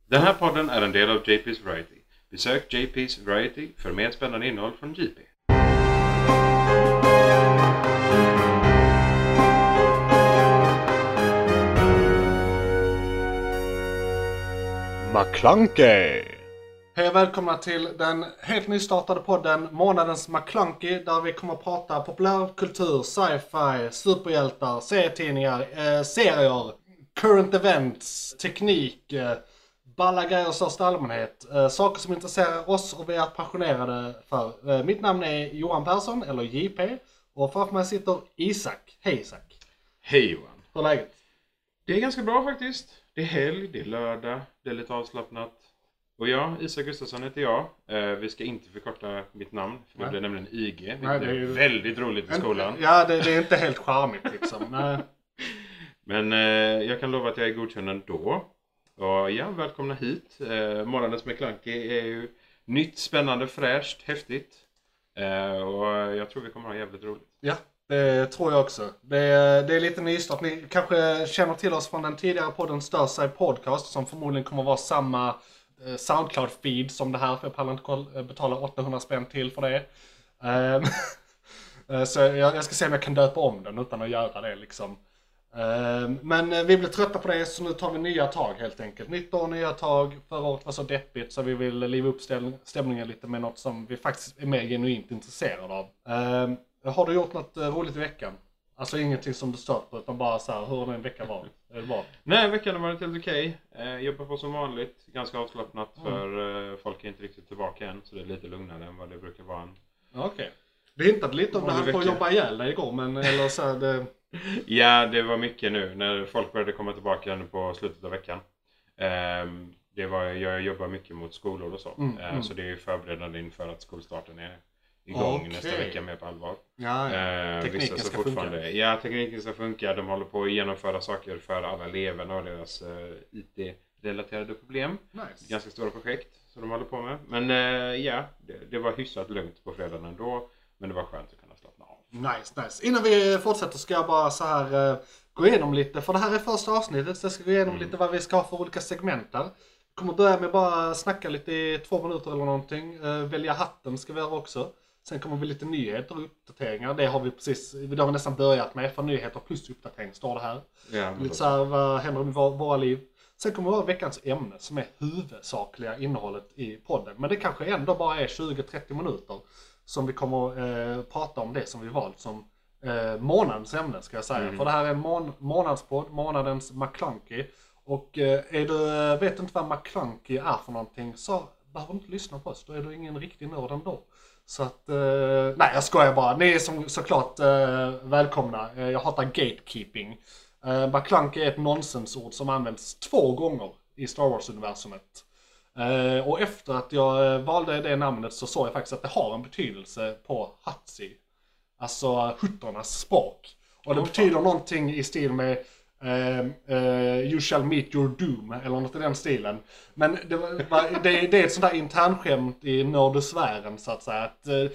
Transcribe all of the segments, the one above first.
Den här podden är en del av JP's Variety. Besök JP's Variety för mer spännande innehåll från JP. McClunky! Hej och välkomna till den helt nystartade podden Månadens McClunky, där vi kommer att prata populärkultur, sci-fi, superhjältar, serietidningar, serier, current events, teknik, balla grejer i största allmänhet. Saker som intresserar oss och vi är passionerade för. Mitt namn är Johan Persson, eller JP, och framför mig sitter Isak. Hej Isak! Hej Johan! Hur är läget? Det är ganska bra faktiskt. Det är helg, det är lördag, det är lite avslappnat. Och jag, Isak Gustafsson heter jag. Vi ska inte förkorta mitt namn, för det blir nämligen IG. Vilket är väldigt roligt i skolan. Ja, det är inte helt charmigt liksom. Nej. Men jag kan lova att jag är godkänd ändå. Och ja, välkomna hit. Månadens McClunky är ju nytt, spännande, fräscht, häftigt. Och jag tror vi kommer ha jävligt roligt. Ja, det tror jag också. Det är lite nystart. Ni kanske känner till oss från den tidigare podden Stör sig podcast, som förmodligen kommer vara samma Soundcloud-feed som det här, för jag pallar inte betala 800 spänn till för det. Så jag ska se om jag kan döpa om den utan att göra det liksom. Men vi blir trötta på det, så nu tar vi nya tag helt enkelt. Nytt år, nya tag. Förra året var så deppigt, så vi vill liva upp stämningen lite med något som vi faktiskt är mer genuint intresserade av. Har du gjort något roligt i veckan? Alltså ingenting som du stört på, utan bara så här, hur har en vecka varit? Är det bra? Nej, veckan har varit helt okej. Jobbar på som vanligt. Ganska avslappnat för folk är inte riktigt tillbaka än. Så det är lite lugnare än vad det brukar vara. Okej. Det hintade lite om det här på att jobba ihjäl dig igår, men eller så här, det... Ja, det var mycket nu när folk började komma tillbaka nu på slutet av veckan. Jag jobbar mycket mot skolor och så. Så det är förberedande inför att skolstarten är igång nästa vecka med på allvar. Tekniken ska funka. Ja, tekniken ska funka. De håller på att genomföra saker för alla eleverna och deras IT-relaterade problem. Nice. Ganska stora projekt som de håller på med. Men det var hyfsat lugnt på fredagen ändå. Men det var skönt att kunna slappna av. Nice. Innan vi fortsätter ska jag bara så här gå igenom lite. För det här är första avsnittet, så jag ska gå igenom lite vad vi ska ha för olika segment där. Vi kommer börja med bara snacka lite i 2 minuter eller någonting. Välja hatten ska vi göra också. Sen kommer vi lite nyheter och uppdateringar. Det har vi nästan börjat med. För nyheter plus uppdatering står det här. Ja, lite så här, vad händer i våra liv. Sen kommer vi ha veckans ämne som är huvudsakliga innehållet i podden. Men det kanske ändå bara är 20-30 minuter som vi kommer prata om det som vi valt som månadens ämne, ska jag säga. För det här är en månadspodd, månadens McClunky. Och vet du inte vad McClunky är för någonting, så behöver du inte lyssna på oss. Då är du ingen riktig nörd ändå. Så att, nej jag skojar bara. Ni är såklart välkomna. Jag hatar gatekeeping. McClunky är ett nonsensord som används 2 gånger i Star Wars-universumet. Och efter att jag valde det namnet så såg jag faktiskt att det har en betydelse på Hatsi. Alltså hutternas språk. Och det betyder någonting i stil med you shall meet your doom, eller något i den stilen. Men det är ett sånt där internskämt i nördesfären, så att säga.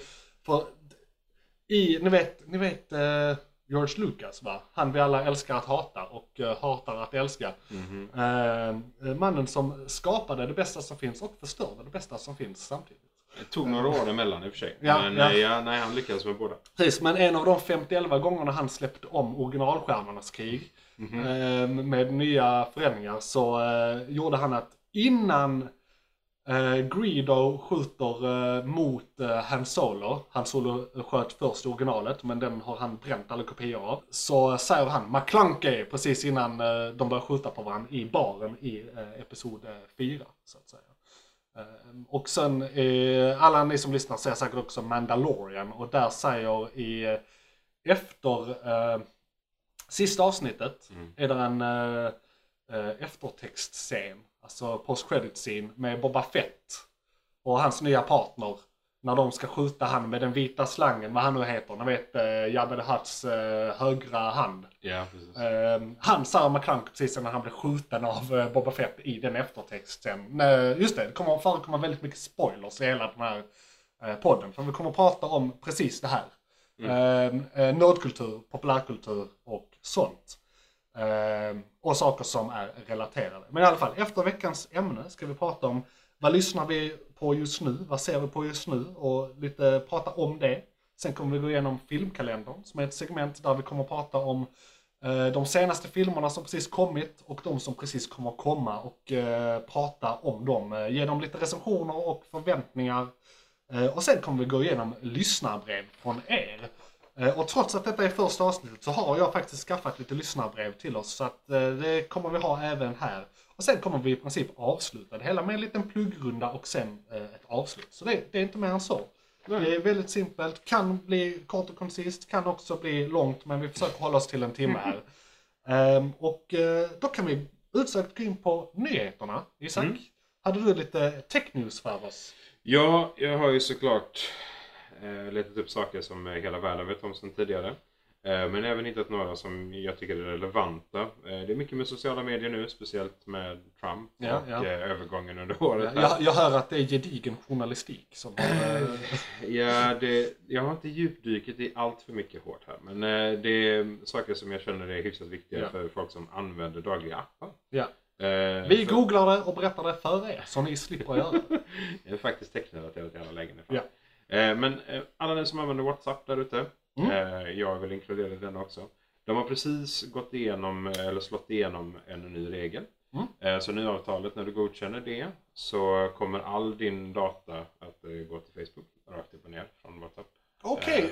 Ni vet George Lucas, va? Han vi alla älskar att hata och hatar att älska. Mannen som skapade det bästa som finns och förstörde det bästa som finns samtidigt. Det tog några år emellan i och för sig. Nej, han lyckades med båda. Precis, men en av de 51 gångerna han släppte om originalstjärnornas krig med nya förändringar, så gjorde han att innan Greedo skjuter mot Han Solo sköt först originalet, men den har han bränt alla kopior av. Så säger han McClunky precis innan de börjar skjuta på varandra i baren i episod 4, så att säga. Och sen alla ni som lyssnar säger säkert också Mandalorian, och där säger efter sista avsnittet är det en eftertextscen, alltså post-credit scene med Boba Fett och hans nya partner när de ska skjuta han med den vita slangen, vad han nu heter, ni vet Jabba the Hutts högra hand. Ja, precis. Han säger McClunky precis när han blir skjuten av Boba Fett i den eftertexten. Just det kommer förekomma väldigt mycket spoilers i hela den här podden, för vi kommer att prata om precis det här. Nördkultur, populärkultur och sånt. Och saker som är relaterade. Men i alla fall, efter veckans ämne ska vi prata om vad lyssnar vi på just nu, vad ser vi på just nu och lite prata om det. Sen kommer vi gå igenom filmkalendern som är ett segment där vi kommer att prata om de senaste filmerna som precis kommit och de som precis kommer att komma och prata om dem. Ge dem lite recensioner och förväntningar. Och sen kommer vi gå igenom lyssnarbrev från er. Och trots att detta är första avsnittet så har jag faktiskt skaffat lite lyssnarbrev till oss. Så att det kommer vi ha även här. Och sen kommer vi i princip avsluta det hela med en liten pluggrunda och sen ett avslut. Så det är inte mer än så. Nej. Det är väldigt simpelt, kan bli kort och koncist, kan också bli långt, men vi försöker hålla oss till en timme här. Då kan vi utsökt gå in på nyheterna. Isak, hade du lite tech news för oss? Ja, jag har ju såklart letat upp saker som hela världen vet om sedan tidigare. Men även hittat några som jag tycker är relevanta. Det är mycket med sociala medier nu, speciellt med Trump och övergången under året. Jag hör att det är gedigen journalistik. Som jag har inte djupdyket i allt för mycket hårt här. Men det är saker som jag känner är hyfsat viktiga för folk som använder dagliga appar. Ja. Vi googlar det och berättar det för er, så ni slipper göra det. Det är faktiskt techrelaterat i alla lägen. Men alla ni som använder WhatsApp där ute, jag vill inkludera den också. De har precis gått igenom eller slått igenom en ny regel. Så nyavtalet, när du godkänner det, så kommer all din data att gå till Facebook rakt upp och ner från WhatsApp. Okej,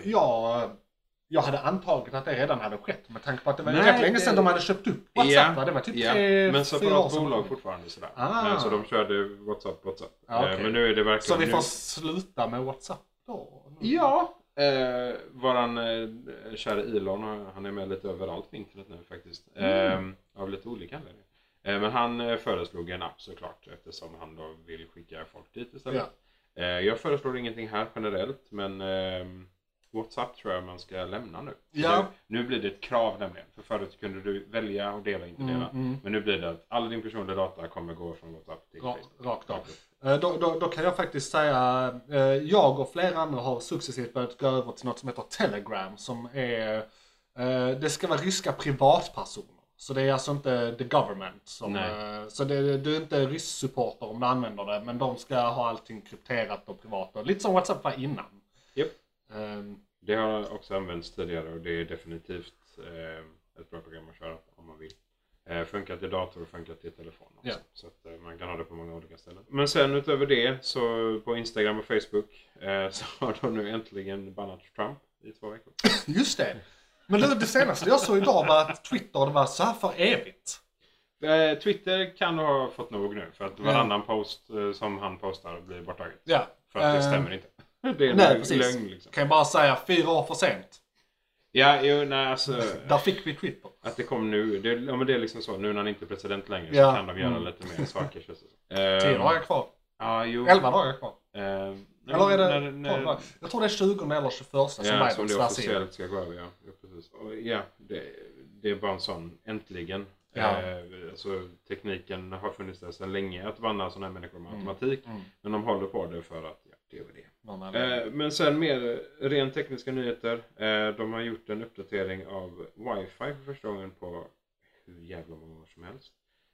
jag hade antagit att det redan hade skett med tanke på att det var rätt länge sedan de hade köpt upp WhatsApp. Det var typ 3-4 men så år sedan. bolag fortfarande sådär. Så de körde WhatsApp. Okay. Men nu är det verkligen... Så vi får sluta med WhatsApp då? Ja. Våran kära Elon, han är med lite överallt på internet nu faktiskt. Av lite olika anledningar. Men han föreslog en app såklart, eftersom han då vill skicka folk dit istället. Jag föreslår ingenting här generellt, men WhatsApp tror jag man ska lämna nu. Nu blir det ett krav nämligen. För förut kunde du välja och dela, inte dela. Men nu blir det att all din personliga data kommer gå från WhatsApp till Facebook. Rakt av. Då kan jag faktiskt säga, jag och flera andra har successivt börjat gå över till något som heter Telegram. Som är, det ska vara ryska privatpersoner. Så det är alltså inte the government. Så du är inte rysk-supporter om du använder det. Men de ska ha allting krypterat och privat. Lite som WhatsApp var innan. Yep. Det har också använts tidigare och det är definitivt ett bra program att köra om man vill. Funkar till dator och funkar till telefon också. Så att man kan ha det på många olika ställen. Men sen utöver det så på Instagram och Facebook så har de nu äntligen bannat Trump i 2 veckor. Just det! Men det senaste jag såg idag var att Twitter var så här för evigt. Twitter kan ha fått nog nu för att varannan post som han postar blir borttaget. För att det stämmer inte. Det är lögn liksom. Kan jag bara säga 4 år för sent. Alltså... Där fick vi Twitter. Att det kom nu. Men det är liksom så. Nu när han inte är president längre så kan de göra lite mer saker. 10 dagar kvar. 11 dagar kvar. Eller är det... jag tror det är 20 eller 21 som Biden som det officiellt ska gå över. Precis. Och det är bara en sån, äntligen. Alltså, tekniken har funnits där sedan länge att vanna sådana här människor med automatik. Men de håller på det för att det är det. Men sen mer rent tekniska nyheter. De har gjort en uppdatering av Wi-Fi för första gången på hur jävla många år som helst.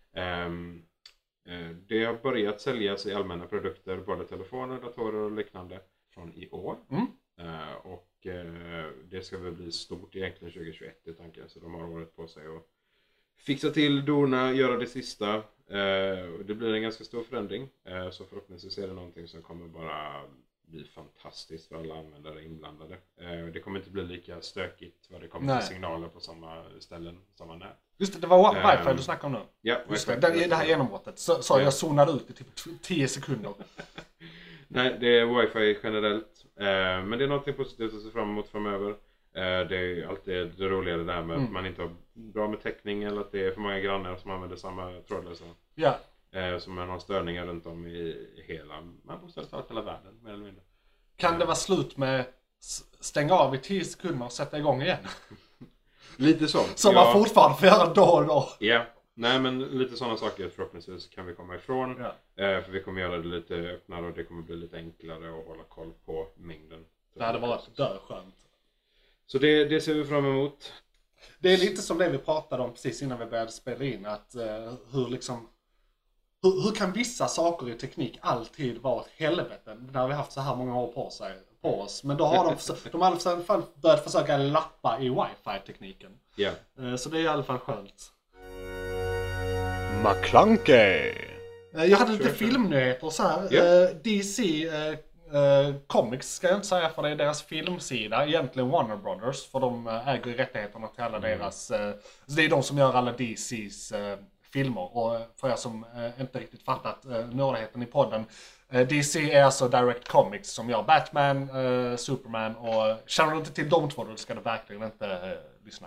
Det har börjat säljas i allmänna produkter, både telefoner, datorer och liknande från i år. Och det ska väl bli stort egentligen 2021 i tanken. Så de har året på sig att fixa till, dona, göra det sista. Det blir en ganska stor förändring. Så förhoppningsvis är det någonting som kommer bara bli fantastiskt för alla användare inblandade. Det kommer inte bli lika stökigt vad det kommer till signaler på samma ställen, samma nät. Just det var Wi-Fi du snackade om nu. Ja, just det här genombrottet. Så jag zonade ut i typ 10 sekunder. Nej, det är Wi-Fi generellt. Men det är något positivt att se fram emot framöver. Det är alltid det roligare där med att man inte har bra med täckning eller att det är för många grannar som använder samma trådlösa. Så man har störningar runt om i man måste ta hela världen mer eller mindre. Kan det vara slut med stänga av i 10 sekunder och sätta igång igen? Lite så. Som man fortfarande får göra då och då. Ja, nej men lite sådana saker förhoppningsvis kan vi komma ifrån. För vi kommer göra det lite öppnare och det kommer bli lite enklare att hålla koll på mängden. Det hade varit dödskönt. Så det ser vi fram emot. Det är lite som det vi pratade om precis innan vi började spela in. Att hur kan vissa saker i teknik alltid vara ett helvete när vi haft så här många år på oss. Men då har de i alla fall börjat försöka lappa i wifi-tekniken. Yeah. Så det är i alla fall skönt. McClunkey. Jag hade lite filmnyheter så här. Yeah. DC Comics ska jag inte säga, för det är deras filmsida. Egentligen Warner Brothers, för de äger rättigheterna till alla deras... Så det är de som gör alla DCs filmer. Och för er som inte riktigt fattat nördigheten i podden. DC är alltså Direct Comics som gör Batman, Superman och... Känner du inte till de två, då ska du verkligen inte lyssna.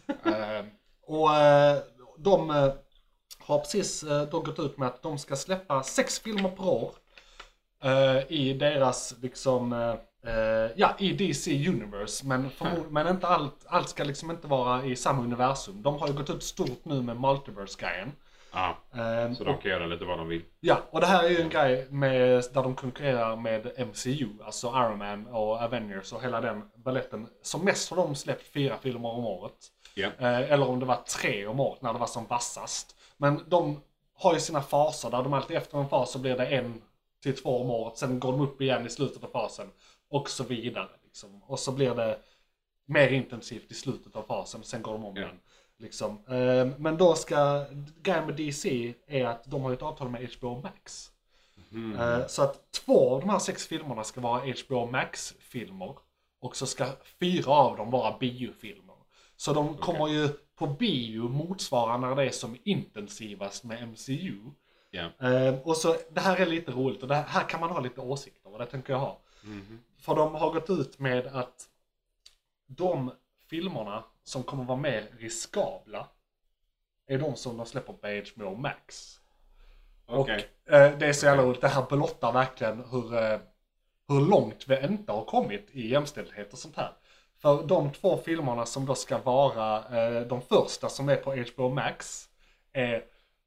De har precis då gått ut med att de ska släppa 6 filmer per år i deras liksom i DC Universe, men inte allt ska liksom inte vara i samma universum. De har ju gått ut stort nu med Multiverse-grejen. Så de kan göra lite vad de vill. Ja, och det här är ju en grej där de konkurrerar med MCU, alltså Iron Man och Avengers och hela den balletten. Som mest har de släppt 4 filmer om året. Yeah. Eller om det var 3 om året när det var som vassast. Men de har ju sina faser där de alltid efter en fas så blir det 1 till 2 om året. Sen går de upp igen i slutet av fasen och så vidare. Liksom. Och så blir det mer intensivt i slutet av fasen. Sen går de om igen. Liksom. Men då ska grejen med DC är att de har ett avtal med HBO Max. Så att 2 av de här 6 filmerna ska vara HBO Max-filmer. Och så ska 4 av dem vara biofilmer. Så de kommer ju på bio motsvara när det är som intensivast med MCU. Yeah. Och så det här är lite roligt och det här kan man ha lite åsikter och det tänker jag ha. För de har gått ut med att de filmerna som kommer vara mer riskabla är de som de släpper på HBO Max. Och det är så jävla roligt. Det här blottar verkligen hur långt vi inte har kommit i jämställdhet och sånt här. För de 2 filmerna som då ska vara de första som är på HBO Max är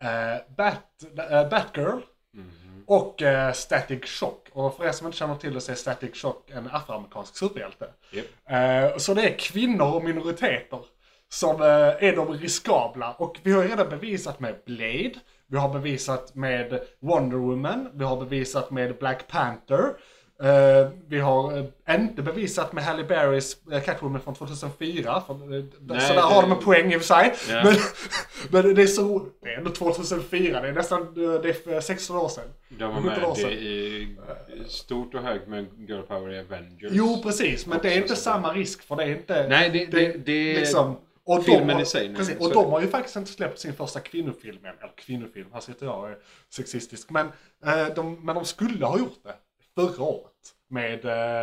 Batgirl och Static Shock. Och för er som inte känner till det så är Static Shock en afroamerikansk superhjälte. Så det är kvinnor och minoriteter som är de riskabla. Och vi har redan bevisat med Blade, vi har bevisat med Wonder Woman, vi har bevisat med Black Panther. Vi har inte bevisat med Halle Berrys Catwoman från 2004. Så där har de en poäng i och för sig. Yeah. Men det är så... Det är ändå 2004. Det är nästan... Det är 16 år sedan. De var med i stort och högt med Girl Power i Avengers. Jo, precis. Men det är inte samma risk. För det är inte... Nej, det är liksom, och filmen i sig. Precis, och de har ju faktiskt inte släppt sin första kvinnofilm än. Eller kvinnofilm. Här sitter jag och är sexistisk. Men de skulle ha gjort det förra året. Med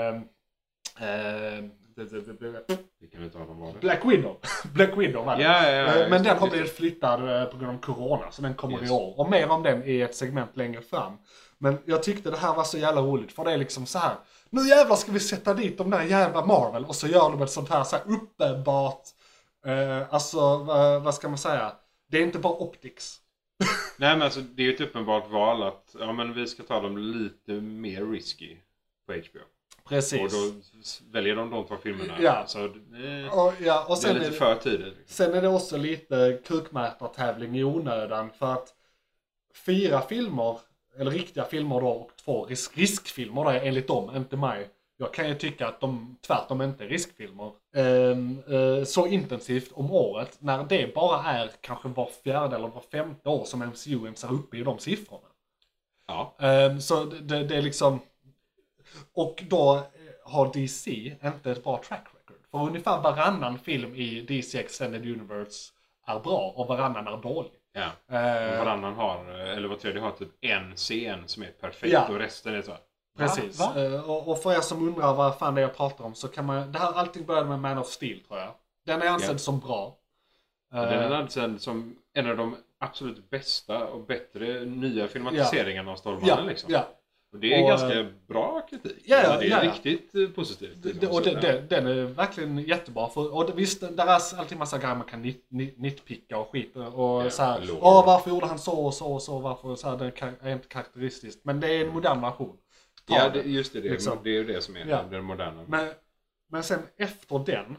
vi kan inte ha dem var det. Black Widow var det. Ja, men den har blivit flyttad på grund av corona. Så den kommer i år. Och mer om den i ett segment längre fram. Men jag tyckte det här var så jävla roligt. För det är liksom så här. Nu jävlar ska vi sätta dit de där jävla Marvel. Och så gör de ett sånt här, så här uppenbart. Alltså vad ska man säga. Det är inte bara optics. Nej, men alltså det är ju ett uppenbart val att men vi ska ta dem lite mer risky på HBO. Precis. Och då väljer de 2 filmerna. Ja. Så, och sen det är lite för tidigt. Sen är det också lite kukmätartävling i onödan. För att 4 filmer, eller riktiga filmer då, och 2 riskfilmer då, enligt dem, inte mig. Jag kan ju tycka att de tvärtom inte är riskfilmer så intensivt om året. När det bara är kanske var 4:e eller var 5:e år som MCU ens är uppe i de siffrorna. Ja. Så det är liksom... Och då har DC inte ett bra track record. För ungefär varannan film i DC Extended Universe är bra och varannan är dålig. Ja. Och varannan har, eller var tredje har typ en scen som är perfekt och resten är så. Precis. Och för er som undrar vad fan det är jag pratar om så kan man... Det här allting började med Man of Steel, tror jag. Den är ansedd som bra. Den är ansedd som en av de absolut bästa och bättre nya filmatiseringarna av Stålmannen liksom. Ja. Och det är ganska bra kritik. Det är riktigt positivt. Den är verkligen jättebra. Och visst, där är alltid massa grejer man kan nitpicka och skit. Och så här, varför gjorde han så och så och så? Varför så här, det är inte karaktäristiskt. Men det är en modern version. Just det. Liksom. Det är ju det som är den moderna. Men sen efter den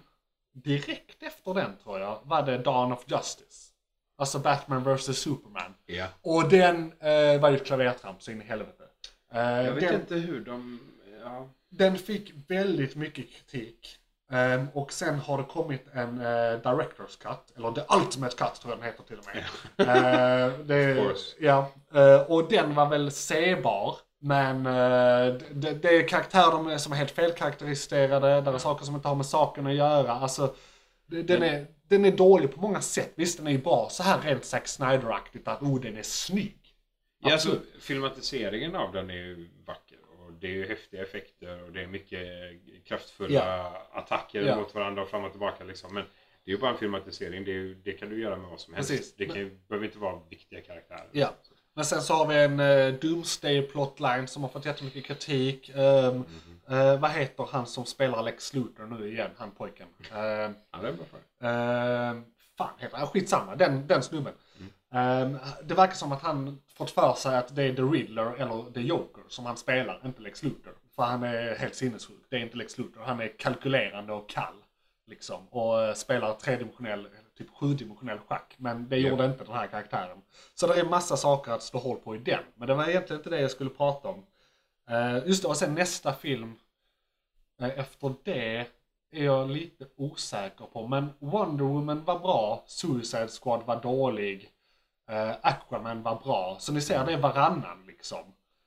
direkt efter den tror jag var det Dawn of Justice. Alltså Batman vs Superman. Ja. Och den var ju ett klavertramp så in i helvete. Jag vet inte hur de... Ja. Den fick väldigt mycket kritik. Och sen har det kommit en Director's Cut, eller The Ultimate Cut tror jag den heter till och med. Of course. Ja, och den var väl sebar. Men det är karaktärer som är helt felkaraktäriserade, där är saker som inte har med saken att göra. Alltså, den är dålig på många sätt. Visst, den är ju bra så här rent Zack Snyder-aktigt att den är snygg. Ja, alltså, filmatiseringen av den är ju vacker. Och det är ju häftiga effekter och det är mycket kraftfulla attacker mot varandra och fram och tillbaka liksom. Men det är ju bara en filmatisering, det kan du göra med vad som helst. Precis. Det behöver inte vara viktiga karaktärer. Ja. Men sen så har vi en Doomsday plotline som har fått jättemycket kritik. Vad heter han som spelar Lex Luthor nu igen, han pojken? Ja, det är bra för. Fan heter han? Skitsamma, den snubben. Det verkar som att han fått för sig att det är The Riddler eller The Joker som han spelar, inte Lex Luthor. För han är helt sinnessjuk. Det är inte Lex Luthor, han är kalkylerande och kall. Liksom, och spelar tredimensionell, typ 7-dimensionell schack. Men det gjorde inte den här karaktären. Så det är massa saker att stå håll på i den. Men det var egentligen inte det jag skulle prata om. Just det, och sen nästa film. Efter det är jag lite osäker på. Men Wonder Woman var bra. Suicide Squad var dålig. Aquaman var bra. Så ni ser, det är varannan liksom.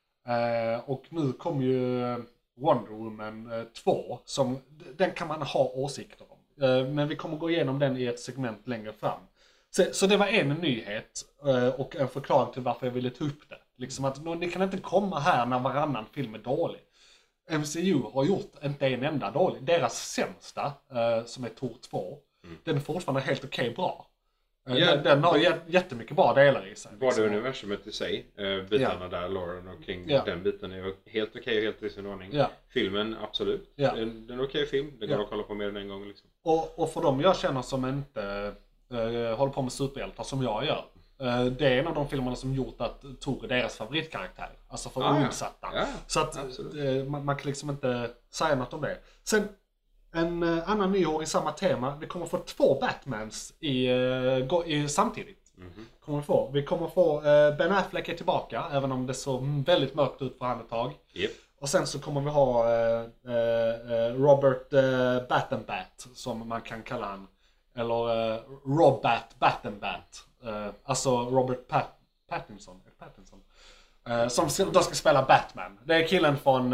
Och nu kommer ju Wonder Woman 2. Den kan man ha åsikter om. Men vi kommer gå igenom den i ett segment längre fram. Så det var en nyhet och en förklaring till varför jag ville ta upp det. Liksom att ni kan inte komma här när varannan film är dålig. MCU har gjort inte en enda dålig. Deras sämsta, som är Thor 2, den är fortfarande helt okej bra. Den har jättemycket bra delar i sig. Både universumet i sig, bitarna där, Lauren och King, den biten är helt okej och helt i sin ordning. Filmen, absolut. Den är okej film, det går att kolla på mer än en gång. Liksom. Och för dem jag känner som inte håller på med superhjältar som jag gör. Det är en av de filmerna som gjort att Thor är deras favoritkaraktär. Alltså för oinsatta. Så att man kan liksom inte säga något om det. Sen en annan nyår i samma tema. Vi kommer få 2 Batmans samtidigt. Vi kommer få Ben Affleck är tillbaka. Även om det såg väldigt mörkt ut för han ett tag. Och sen så kommer vi ha Robert Battenbat som man kan kalla han. Eller Robbat Battenbat. Alltså Robert Pattinson. Som då ska spela Batman. Det är killen från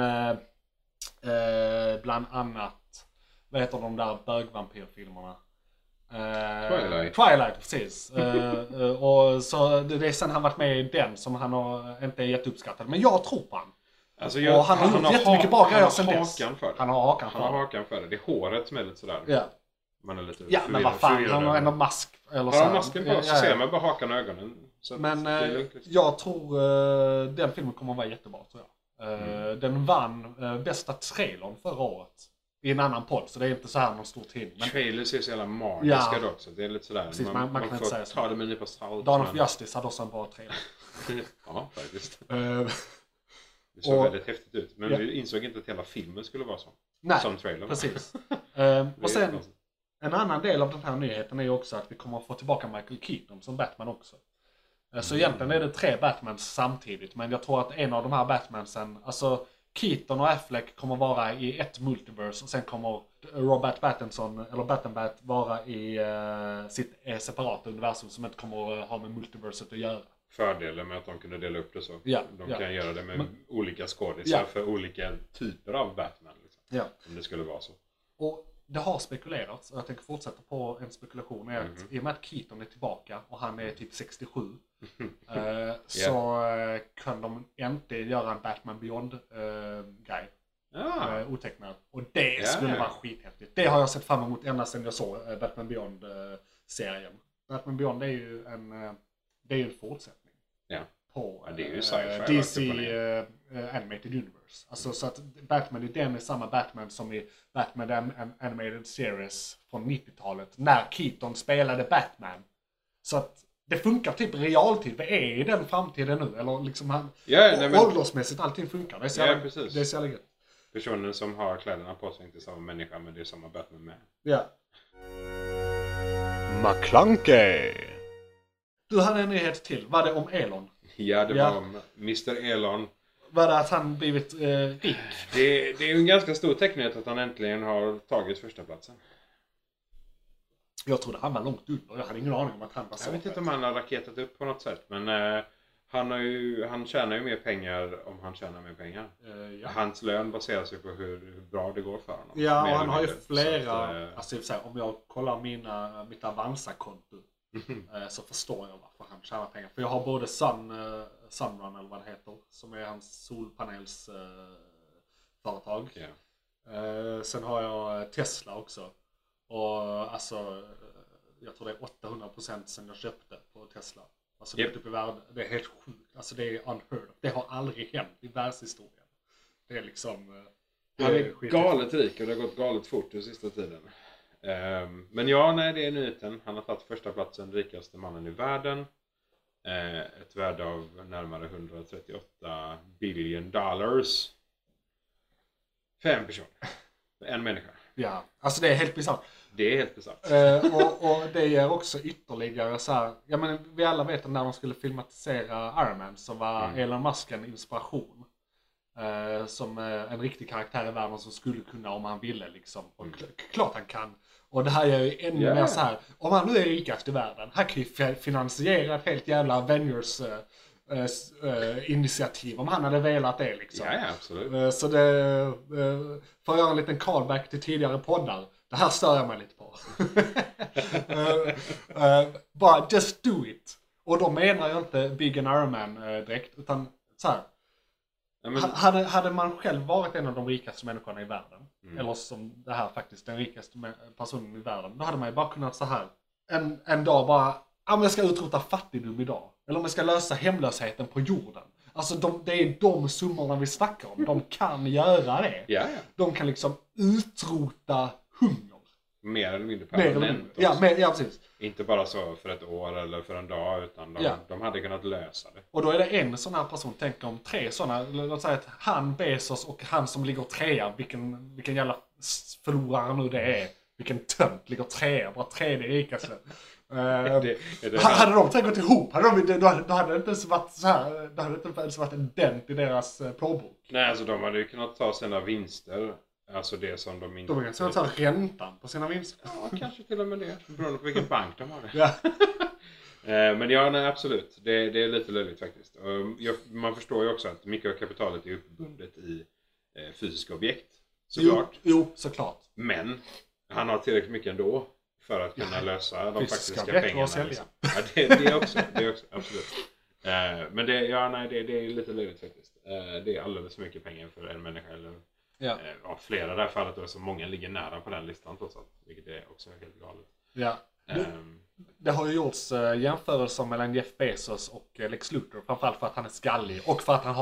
bland annat, vad heter de där bögvampyrfilmerna? Twilight, precis. Och så det är sen han varit med i den som han har inte är jätteuppskattad. Men jag tror på han. Alltså och han har gjort jättemycket bra grejer sen dess. Han har hakan för det. Det är håret som är lite sådär. Ja. Man är lite men vad fan, han har ändå mask. Eller har masken på så ser man bara hakan och ögonen. Så men jag tror den filmen kommer att vara jättebra tror jag. Den vann bästa trailern förra året. I en annan podd, så det är inte så här någon stor tid. Men trailers är så jävla magiska dock, så det är lite sådär. Precis, man kan inte säga så. Ta det med en nypa salt. Dawn of Justice hade också en bra trailer. Ja, faktiskt. Det såg väldigt häftigt ut. Men vi insåg inte att hela filmen skulle vara så. Nej, som trailer. Precis. Och sen, en annan del av den här nyheten är ju också att vi kommer att få tillbaka Michael Keaton som Batman också. Så egentligen är det 3 Batmans samtidigt. Men jag tror att en av de här Batmansen, alltså Keaton och Affleck kommer vara i ett multiverse. Och sen kommer Robert Pattinson, eller Battenbat, vara i sitt separata universum som inte kommer att ha med multiverset att göra. Fördelen med att de kunde dela upp det så. De kan göra det med olika skådisar för olika typer av Batman. Liksom, om det skulle vara så. Och det har spekulerats, och jag tänker fortsätta på en spekulation, är att i och med att Keaton är tillbaka och han är typ 67 så kan de inte göra en Batman Beyond-guy. Otecknad. Och det skulle vara skithäftigt. Det har jag sett fram emot ända sedan jag såg Batman Beyond-serien. Batman Beyond är ju en fortsättning. På det är ju sci-fi, DC Animated Universe. Alltså så att Batman i den är samma Batman som i Batman Animated Series från 90-talet. När Keaton spelade Batman. Så att det funkar typ i realtid. Vi är i den framtiden nu. Eller liksom åldersmässigt allting funkar. Det är så jävla gött. Personen som har kläderna på sig är inte samma människa, men det är samma Batman med. Ja, McClunkey. Du hade en nyhet till. Var det om Elon? Ja, det var om Mr. Elon. Var det att han blivit rik? Det är ju en ganska stor tecknighet att han äntligen har tagit första platsen. Jag trodde han var långt under. Jag hade ingen aning om att han var så. Jag vet inte om han har raketat upp på något sätt. Men han tjänar ju mer pengar om han tjänar mer pengar. Ja. Hans lön baseras ju på hur bra det går för honom. Ja, och mer han har ju mindre. flera... Alltså, om jag kollar mitt Avanza-konto så förstår jag varför han tjänar pengar. För jag har både Sunrun eller vad det heter, som är hans solpanelsföretag. Yeah. Sen har jag Tesla också. Och alltså, jag tror det är 800% sen jag köpte på Tesla. Alltså det är typ i världen, det är helt sjukt. Alltså det är unheard of. Det har aldrig hänt i världshistorien. Det är liksom... Han är galet rik och det har gått galet fort den sista tiden. Men ja, nej, det är nyheten. Han har tagit första platsen, rikaste mannen i världen. Ett värde av närmare 138 billion dollars. 5 personer. En människa. Ja, alltså det är helt bisarrt. Det är helt bisarrt. Och det är också ytterligare så här. Ja, men vi alla vet att när de skulle filmatisera Iron Man så var Elon Musk en inspiration. Som en riktig karaktär i världen som skulle kunna om han ville liksom. Och klart han kan. Och det här är ju ännu mer så här. Om han nu är rikast i världen. Han kan ju finansiera ett helt jävla Avengers initiativ om han hade velat det liksom. Ja, absolut. Så det, för att göra en liten callback till tidigare poddar. Det här stör jag mig lite på. Bara just do it. Och då menar jag inte Big and Iron Man direkt. Utan så här. Ja, men... hade man själv varit en av de rikaste människorna i världen. Eller som det här faktiskt, den rikaste personen i världen. Då hade man ju bara kunnat så här. En dag bara, om jag ska utrota fattigdom idag. Eller om jag ska lösa hemlösheten på jorden. Alltså det är de summorna vi snackar om. De kan göra det. Ja. De kan liksom utrota hunger. Mer eller mindre permanent. Ja, precis. Inte bara så för ett år eller för en dag, utan de hade kunnat lösa det. Och då är det en sån här person, tänk om 3 sådana, låt säga att han, Bezos och han som ligger 3, vilken jävla förlorare nu det är. Vilken tönt ligger 3, bara 3 det rikaste. Hade de 3 gått ihop, då hade det inte ens varit så här, då hade det inte ens varit en dent i deras plånbok. Nej, alltså de hade ju kunnat ta sina vinster. Alltså det som de inte... De kan ta räntan på sina vinster. Ja, kanske till och med det. Beroende på vilken bank de har det. Ja. Men ja, nej, absolut. Det är lite löjligt faktiskt. Man förstår ju också att mycket av kapitalet är uppbundet i fysiska objekt. Såklart. Jo, såklart. Men han har tillräckligt mycket ändå för att kunna lösa de faktiska pengarna. Liksom. Ja, det också, absolut. Men det är lite löjligt faktiskt. Det är alldeles för mycket pengar för en människa eller flera i det här fallet då, så många ligger nära på den listan trots allt, vilket är också helt galet. Ja. Det har ju gjorts jämförelser mellan Jeff Bezos och Lex Luthor, framförallt för att han är skallig och för att han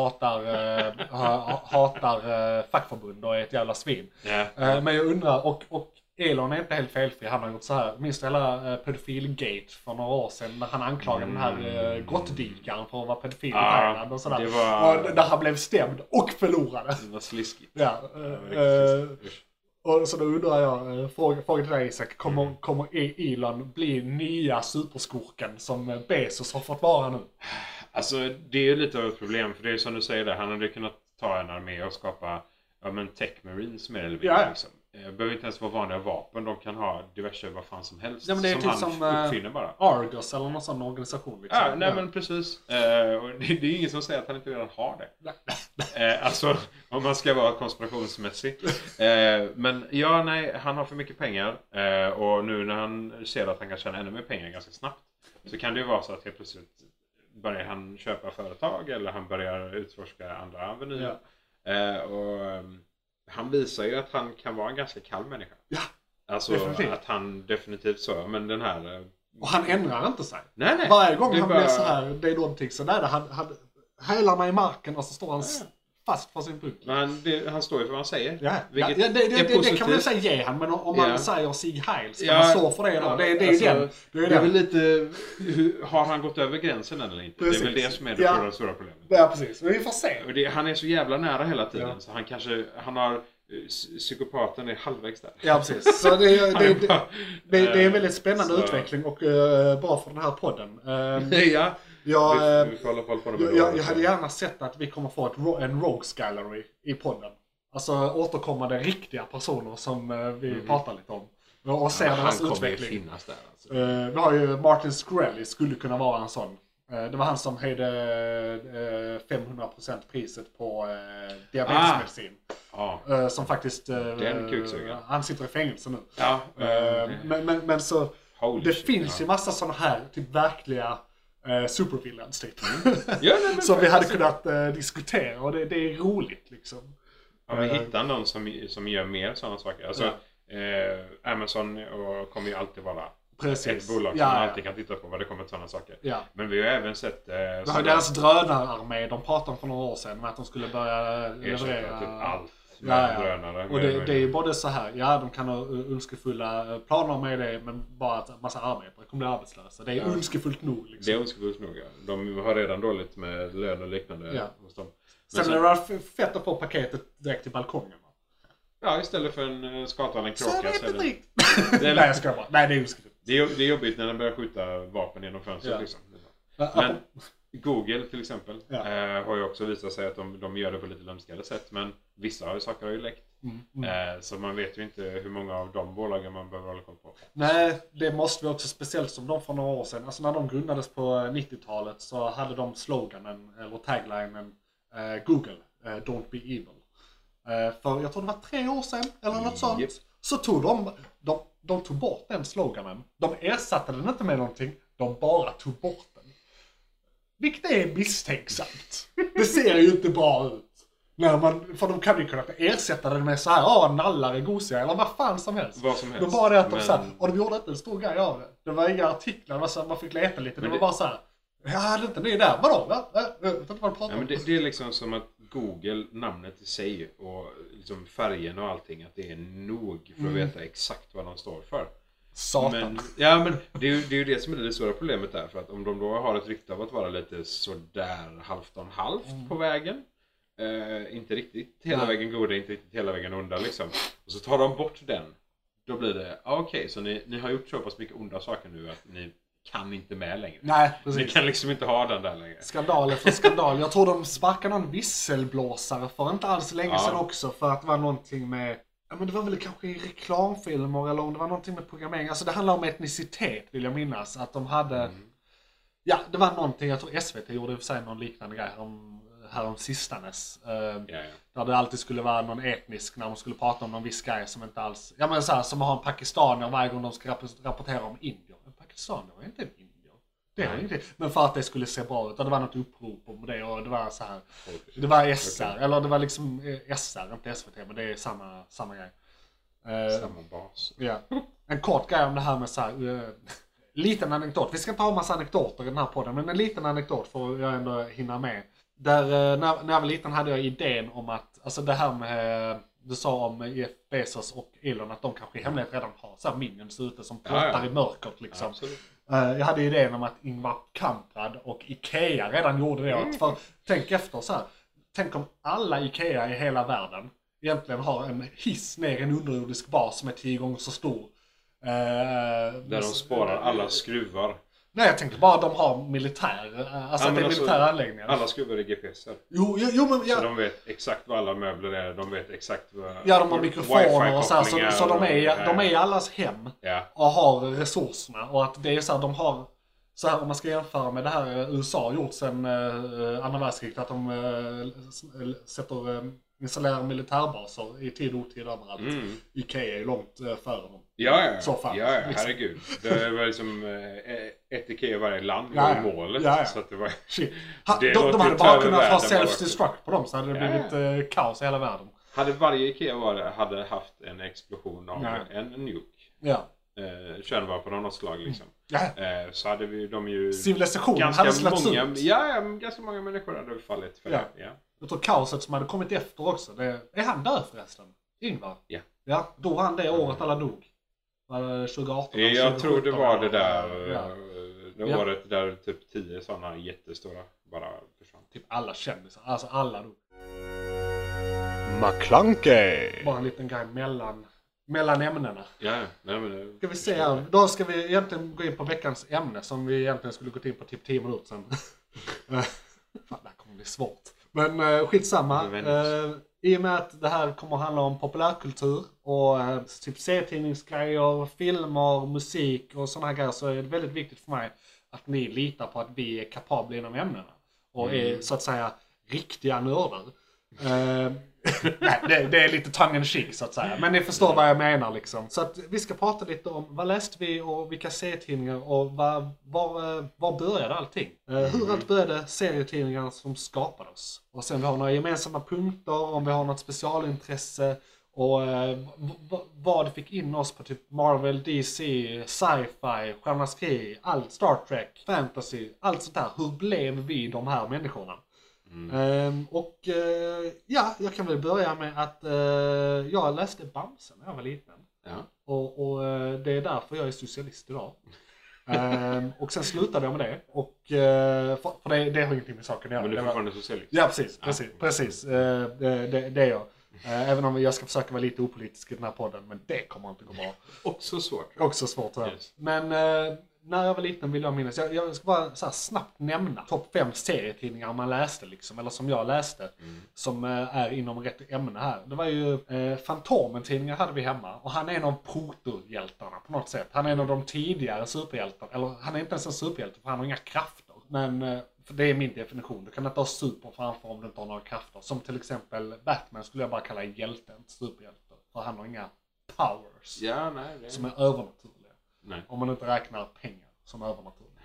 hatar fackförbund och är ett jävla svin. Men jag undrar, och Elon är inte helt felfri. Han har gjort så här. Minns du hela pedofilgate för några år sedan när han anklagade den här grottdykaren för att vara pedofil i Thailand och sådär. Och där han blev stämd och förlorade. Det var sliskigt. Ja. Och så då undrar jag, fråga till dig Isak, kommer Elon bli nya superskurken som Bezos har fått vara nu? Alltså det är ju lite av ett problem, för det är som du säger där, han hade kunnat ta en armé och skapa tech marines mer eller mindre liksom. Behöver inte ens vara vanliga vapen, de kan ha diverse vad fan som helst men det är som typ han uppfinner bara. Argos eller någon sån organisation liksom. Men precis. Och det är ingen som säger att han inte redan har det. Alltså om man ska vara konspirationsmässig. Men han har för mycket pengar. Och nu när han ser att han kan tjäna ännu mer pengar ganska snabbt, så kan det ju vara så att helt plötsligt börjar han köpa företag eller han börjar utforska andra avenyer. Och han visar ju att han kan vara en ganska kall människa. Ja, alltså definitivt. Att han definitivt så, men den här... Och han ändrar inte sig. Nej. Varje gång han blir så här, det är någonting så där, han hälarna i marken och så står han fast på sin bruk. Men han står ju för vad han säger. Det kan man ju säga ge han, men om man säger Sig Heil så kan man stå för det då. Det är väl lite, har han gått över gränsen eller inte? Precis. Det är väl det som är det stora problemet. Ja, precis. Men vi får se. Han är så jävla nära hela tiden, så han har psykopaten är halvvägs där. Ja, precis. Så det är en väldigt spännande utveckling och bra för den här podden. Vi får hålla koll på det. Jag hade gärna sett att vi kommer få en Rogues Gallery i podden. Alltså återkommande riktiga personer som vi pratar lite om. Och ser deras utveckling. Finnas där, alltså. Vi har ju Martin Shkreli, skulle kunna vara en sån. Det var han som höjde 500% priset på diabetesmedicin. Som faktiskt... Den kuksugaren. Han sitter i fängelse nu. Ja, men så... Det finns ju massa sådana här typ verkliga supervillains typ. Som vi hade kunnat diskutera, och det är roligt liksom. Ja, men hitta någon som gör mer sådana saker. Alltså, Amazon kommer ju alltid vara ett bolag som man alltid kan titta på vad det kommer till sådana saker. Ja. Men vi har även sett... Vi har deras drönararmé, de pratade om för några år sedan med att de skulle börja leverera typ allt med drönare. Och det är ju både så här, de kan ha önskefulla planer med det, men bara att massa arbetare kommer bli arbetslösa. Det är önskefullt nog. Liksom. Det är önskefullt nog, ja. De har redan dåligt med lön och liknande hos dem. Sen är det fett att få paketet direkt till balkongen. Ja, istället för en skata eller en kråka. Nej, jag ska bara. Nej, det är önskefullt. Det är jobbigt när de börjar skjuta vapen genom fönstret liksom. Men Google till exempel har ju också visat sig att de gör det på lite lömskade sätt. Men vissa saker har ju läckt. Så man vet ju inte hur många av de bolagen man behöver hålla koll på. Nej, det måste vi också, speciellt som de för några år sedan. Alltså när de grundades på 90-talet så hade de sloganen, eller taglinen, Google, don't be evil. För jag tror det var 3 år sedan eller något sånt. Så tog de tog bort den sloganen. De ersatte den inte med någonting. De bara tog bort den. Vilket är misstänksamt. Det ser ju inte bra ut. För de kan ju kunna ersätta den med så här, nallare, gosiga eller vad fan som helst. Vad som helst. De bara det att de så här, och de gjorde inte en stor grej av det. Det var inga artiklar, det var så här, man fick leta lite. Det var bara så här, jag hade inte ni där, vadå? Det är liksom som att Google, namnet i sig och liksom färgen och allting, att det är nog för att veta exakt vad de står för. Satan. Men det är ju det som är det stora problemet där. För att om de då har ett rykte av att vara lite sådär halvt om halvt på vägen. Inte riktigt hela vägen goda, inte riktigt hela vägen onda liksom. Och så tar de bort den. Då blir det, okej, så ni har gjort så pass mycket onda saker nu att ni kan inte med längre. Nej, precis. Ni kan liksom inte ha den där längre. Skandal efter skandal. Jag tror de sparkade någon visselblåsare för inte alls länge sedan också. För att det var någonting med... Ja, men det var väl kanske i reklamfilmer eller om det var någonting med programmering. Alltså det handlar om etnicitet, vill jag minnas. Att de hade... Ja, det var någonting, jag tror SVT gjorde i och för sig någon liknande grej här om sistanes. Där det alltid skulle vara någon etnisk när de skulle prata om någon viss grej som inte alls... Ja, men så här, som har en pakistanier varje gång de ska rapportera om indier. En pakistanier är inte en indier. Det är inte. Men för att det skulle se bra ut. Och det var något upprop om det och det var så här. Det var SR, eller det var liksom SR, inte SVT, men det är samma grej. Samma bas. Ja. En kort grej om det här med så här... liten anekdot. Vi ska inte ha en massa anekdoter i den här podden, men en liten anekdot får jag ändå hinna med. Där, när jag var liten hade jag idén om att, alltså det här med, du sa om Jeff Bezos och Elon, att de kanske i hemlighet redan har så här minions ute som plottar i mörkret liksom. Jag hade idén om att Ingvar Kamprad och Ikea redan gjorde det. För tänk efter så här, tänk om alla Ikea i hela världen egentligen har en hiss ner i en underjordisk bas som är 10 gånger så stor. Där de sparar alla skruvar. Nej, jag tänkte bara att de har militär, alltså att det är militära anläggningar. Alla skruvar i GPS. Jo, men så de vet exakt vad alla möbler är, de vet exakt vad... Ja, de har mikrofoner och så här, så de är i allas hem och har resurserna. Och att det är så här, de har, så här om man ska jämföra med det här USA gjort sen andra världskriget, att de installerar militärbaser i tid och otid överallt. Ikea är långt före dem. Ja, herregud. Det var liksom ett Ikea varje land var målet. Så att det var... de hade bara kunnat ha self-destruct på dem, så hade det blivit kaos i hela världen. Hade varje Ikea hade haft en explosion av en nuke. Kärnvapen av något slag liksom. Så hade de ju... Civilisationen hade släppts ut. Ganska många människor hade fallit för det. Jag tror kaoset som hade kommit efter också. Är han död förresten? Ingvar? Ja, dog han det året alla dog? Var det 2018? Jag tror det var det där det året där typ 10 sådana jättestora bara försvann. Typ alla kändisar, alltså alla dog. McClunkey. Bara en liten grej mellan ämnena. Ja, nej men... Ska vi se här. Då ska vi egentligen gå in på veckans ämne som vi egentligen skulle gått in på typ 10 minuter sedan. Fan, det här kommer bli svårt. Men skitsamma. I och med att det här kommer att handla om populärkultur och typ serietidningsgrejer, filmer, musik och sådana här grejer, så är det väldigt viktigt för mig att ni litar på att vi är kapabla inom ämnena. Och är så att säga riktiga nördar. Nej, det är lite tongue in cheek så att säga. Men ni förstår vad jag menar liksom. Så att vi ska prata lite om vad läste vi och vilka serietidningar och var började allting. Hur allt började serietidningarna som skapade oss. Och sen vi har några gemensamma punkter, om vi har något specialintresse. Och vad det fick in oss på typ Marvel, DC, sci-fi, Stjärnornas krig, allt, Star Trek, fantasy, allt sånt där. Hur blev vi de här människorna? Jag kan väl börja med att jag läste Bamse när jag var liten. Ja. Och det är därför jag är socialist idag. Och sen slutade jag med det. Och, för det har ingenting med saken att göra. Men du är fortfarande socialist? Ja, precis. Det är jag. Även om jag ska försöka vara lite opolitisk i den här podden. Men det kommer inte gå bra. Också svårt. Också svårt, yes. Men när jag var liten vill jag minnas. Jag ska bara så här snabbt nämna topp 5 serietidningar man läste liksom. Eller som jag läste. Som är inom rätt ämne här. Det var ju Fantomen-tidningar hade vi hemma. Och han är en av protohjältarna på något sätt. Han är en av de tidigare superhjältarna. Eller han är inte ens en superhjälte för han har inga krafter. Men... För det är min definition. Du kan inte ha super framför om du inte har några krafter. Som till exempel Batman skulle jag bara kalla hjälten, superhjälte. För han har inga powers. Ja, nej, det... Som är övernaturliga. Nej. Om man inte räknar pengar som övernaturligt.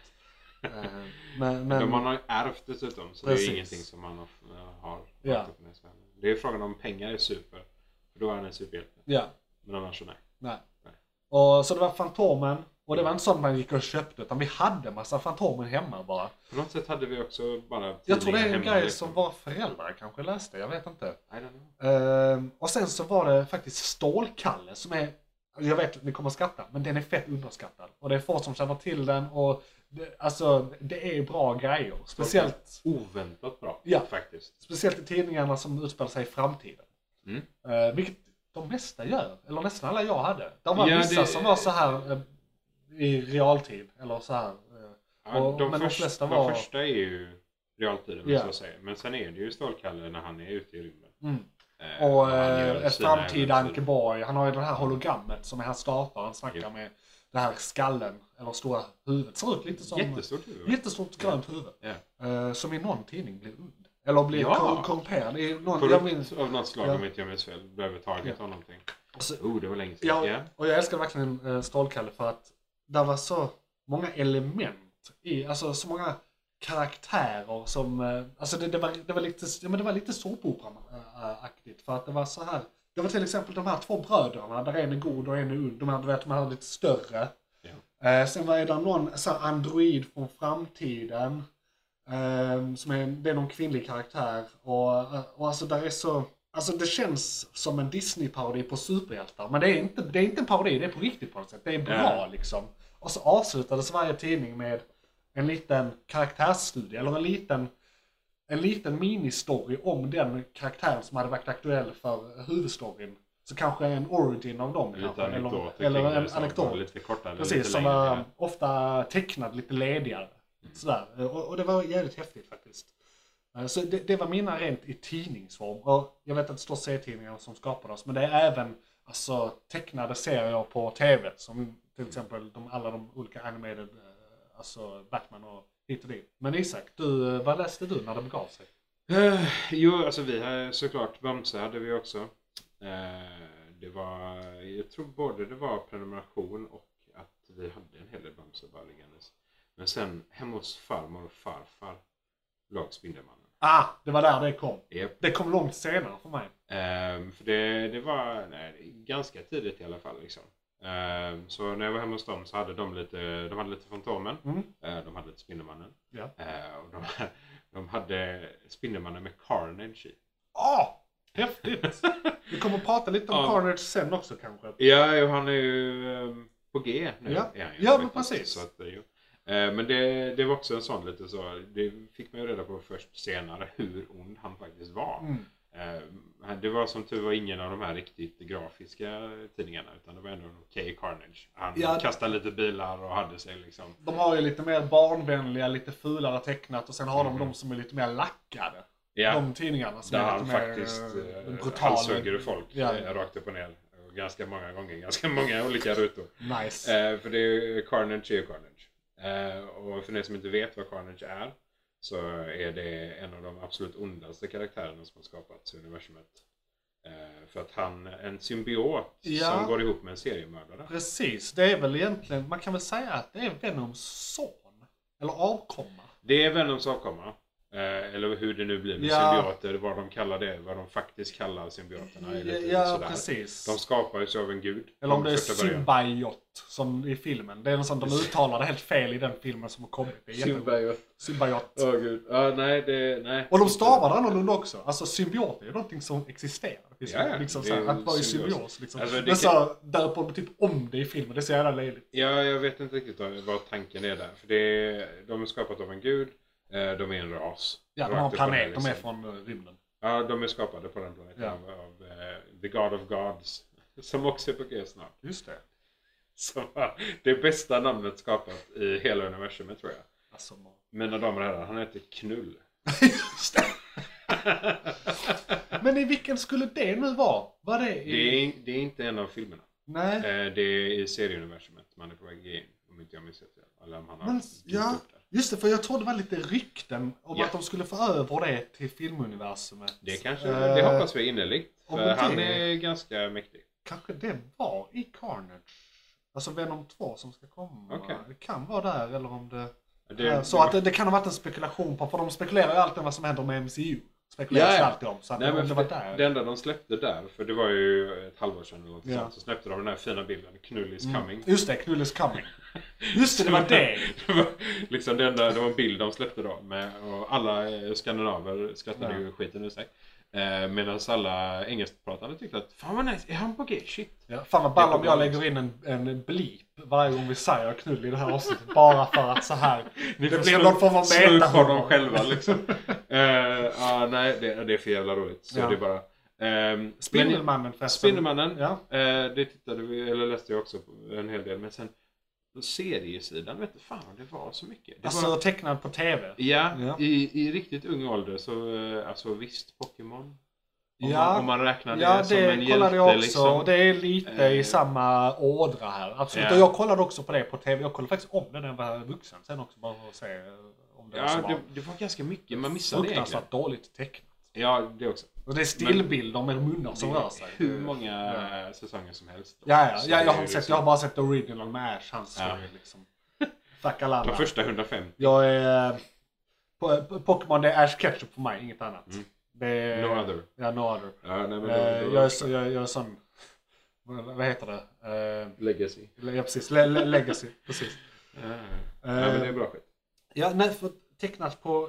Men man har ju ärvt dessutom. Så precis. Det är ingenting som man har ja. Det är frågan om pengar är super. För då är han en superhjälte. Ja. Men annars så nej. Och så det var Fantomen. Och det var inte sånt man gick och köpte, utan vi hade en massa Fantomen hemma bara. På något sätt hade vi också bara... Jag tror det är en grej liksom. Som våra föräldrar kanske läste, jag vet inte. I don't know. Och sen så var det faktiskt Stålkalle som är... Jag vet att ni kommer att skratta, men den är fett underskattad. Och det är få som känner till den och... Det är bra grejer. Speciellt... Oväntat bra, faktiskt. Speciellt i tidningarna som utspelar sig i framtiden. Vilket de mesta gör. Eller nästan alla jag hade. Det var vissa som var så här... I realtid, eller så här. Ja, de första är ju realtiden, så säga. Men sen är det ju Stålkalle när han är ute i rymden. Och ett framtida Ankeborg, han har ju det här hologrammet som är hans startare. Han snackar med det här skallen, eller stora huvudet. Ser ut lite som... Jättestort huvud. Jättestort grönt huvud. Som i någon tidning blir und. Eller blir korrumperad. Av något slag om inte jag minns fel. Övertaget av någonting. Det var länge sedan. Ja, och jag älskar verkligen Stålkalle för att det var så många element i, alltså så många karaktärer som, alltså det var lite såpopera-aktigt för att det var så här, det var till exempel de här 2 bröderna där en är god och en är ond, de här lite större. Ja. Sen var det någon så här android från framtiden som det är någon kvinnlig karaktär och alltså där är så, alltså det känns som en Disney-parodi på superhjältar. Men det är inte en parodi, det är på riktigt på något sätt. Det är bra liksom. Och så avslutades varje tidning med en liten karaktärsstudie. Eller en liten mini-story om den karaktären som hade varit aktuell för huvudstoryn. Så kanske en origin av dem. Eller en anekdot. Lite kortare. Precis, som var ofta tecknad lite ledigare. Sådär. Och det var jävligt häftigt faktiskt. Så det var mina rent i tidningsform. Och jag vet att det står serietidningar som skapade oss. Men det är även alltså, tecknade serier på tv. Som till exempel alla de olika animated, alltså Batman och hit och dit. Men Isak, vad läste du när det begav sig? Alltså vi har såklart Bamse hade vi också. Det var, jag tror både det var prenumeration och att vi hade en hel del Bamse bara liggandes. Men sen hemma hos farmor och farfar låg Spindelmannen. Det var där det kom. Yep. Det kom långt senare för mig. För det var ganska tidigt i alla fall liksom. Så när jag var hemma hos dem så hade de hade lite Fantomen. De hade lite Spindelmannen. Ja. Och de hade Spindelmannen med Carnage i. Häftigt! Vi kommer att prata lite om Carnage sen också kanske. Ja, han är ju på G nu. Ja, men precis. Så att, men det var också en sån lite så, det fick man ju reda på först senare hur ond han faktiskt var. Det var som tur var ingen av de här riktigt grafiska tidningarna, utan det var ändå en okej Carnage. Han kastade lite bilar och hade sig liksom. De har ju lite mer barnvänliga, lite fulare tecknat, och sen har de som är lite mer lackade. Ja. De tidningarna som där är han lite faktiskt halshugger folk rakt upp och ner. Ganska många gånger, ganska många olika rutor. Nice. För det är Carnage är ju Carnage. Och för ni som inte vet vad Carnage är, så är det en av de absolut ondaste karaktärerna som har skapats i universumet. För att han är en symbiot som går ihop med en seriemördare. Precis, det är väl egentligen, man kan väl säga att det är Venoms son. Eller avkomma. Det är Venoms avkomma. Eller hur det nu blir med symbioter, vad de kallar det, vad de faktiskt kallar symbioterna. Precis. De skapar ju sig av en gud. Eller om det är symbiot som i filmen. Det är en sån, de uttalar det helt fel i den filmen som har kommit. Symbiot. Åh gud. Nej. Och de stavar det annorlunda också. Alltså symbiot är ju någonting som existerar. Liksom så här, att vara i symbios. Liksom. Alltså, men så där på typ om det i filmen, det är så jävla löjligt. Ja, jag vet inte riktigt vad tanken är där. För de är skapat av en gud. De är en ras. Ja, de har en planet. Liksom. De är från rymden. Ja, de är skapade på den planeten av The God of Gods. Som också är på G snart. Just det. Så det bästa namnet skapat i hela universumet, tror jag. Alltså, mina damer och herrar, han heter Knull. Just det. Men i vilken skulle det nu vara? Det är inte en av filmerna. Nej. Det är i serieuniversumet man är på väg in. Om inte jag missat det. Eller om han har upp där. Just det, för jag tror det var lite rykten om att de skulle få över det till filmuniversumet. Det hoppas vi innerligt. För han är ganska mäktig. Kanske det var i Carnage. Alltså Venom 2 som ska komma. Okay. Det kan vara där, eller om det... så att det kan ha varit en spekulation på, för de spekulerar ju alltid om vad som händer med MCU. Spekulerar alltid om. Så att nej, men det var där. Det enda de släppte där, för det var ju ett halvår sedan eller något sånt, så släppte de den här fina bilden, Knull is coming. Just det, Knull is coming. Just det var det. Det var liksom det var en bild de släppte då. Och alla skandinaver skrattade ju skiten ur sig. Medan alla engelskpratande tyckte att fan vad nice, är han på G? Shit. Ja, fan vad ball om jag lägger in en blip varje gång vi säger Knull i det här avsnittet. Bara för att så här. Det blir någon form av meta på dem själva liksom. Nej, det är för jävla roligt. Så det är bara... Spindelmannen förresten. Spindelmannen, det tittade vi, eller läste jag också på en hel del. Men sen seriesidan, vet du fan, det var så mycket. Det alltså tecknad på tv? Ja. I riktigt ung ålder så, alltså visst, Pokémon. Om man räknar det som en hjälte. Ja, det kollade jag också. Liksom. Det är lite i samma ådra här. Absolut. Och jag kollade också på det på tv. Jag kollade faktiskt om det när jag var vuxen. Sen också bara för att se om det var så bra. Det var ganska mycket. Man missade det egentligen. Fruktansvärt dåligt tecknat. Ja, det också. Och det är stillbilder med munnar som rör sig. Hur många säsonger som helst. Ja, jag har bara sett original med Ash. Hans liksom. Fuck alla. De första 150. Jag är... Pokémon, det är Ash Ketchup för mig, inget annat. Det är, no other. Ja, no other. Ja, nej, men jag är sån... Vad heter det? Legacy. Ja, precis. Legacy, precis. Men det är bra skit. Ja, nej, för tecknat på...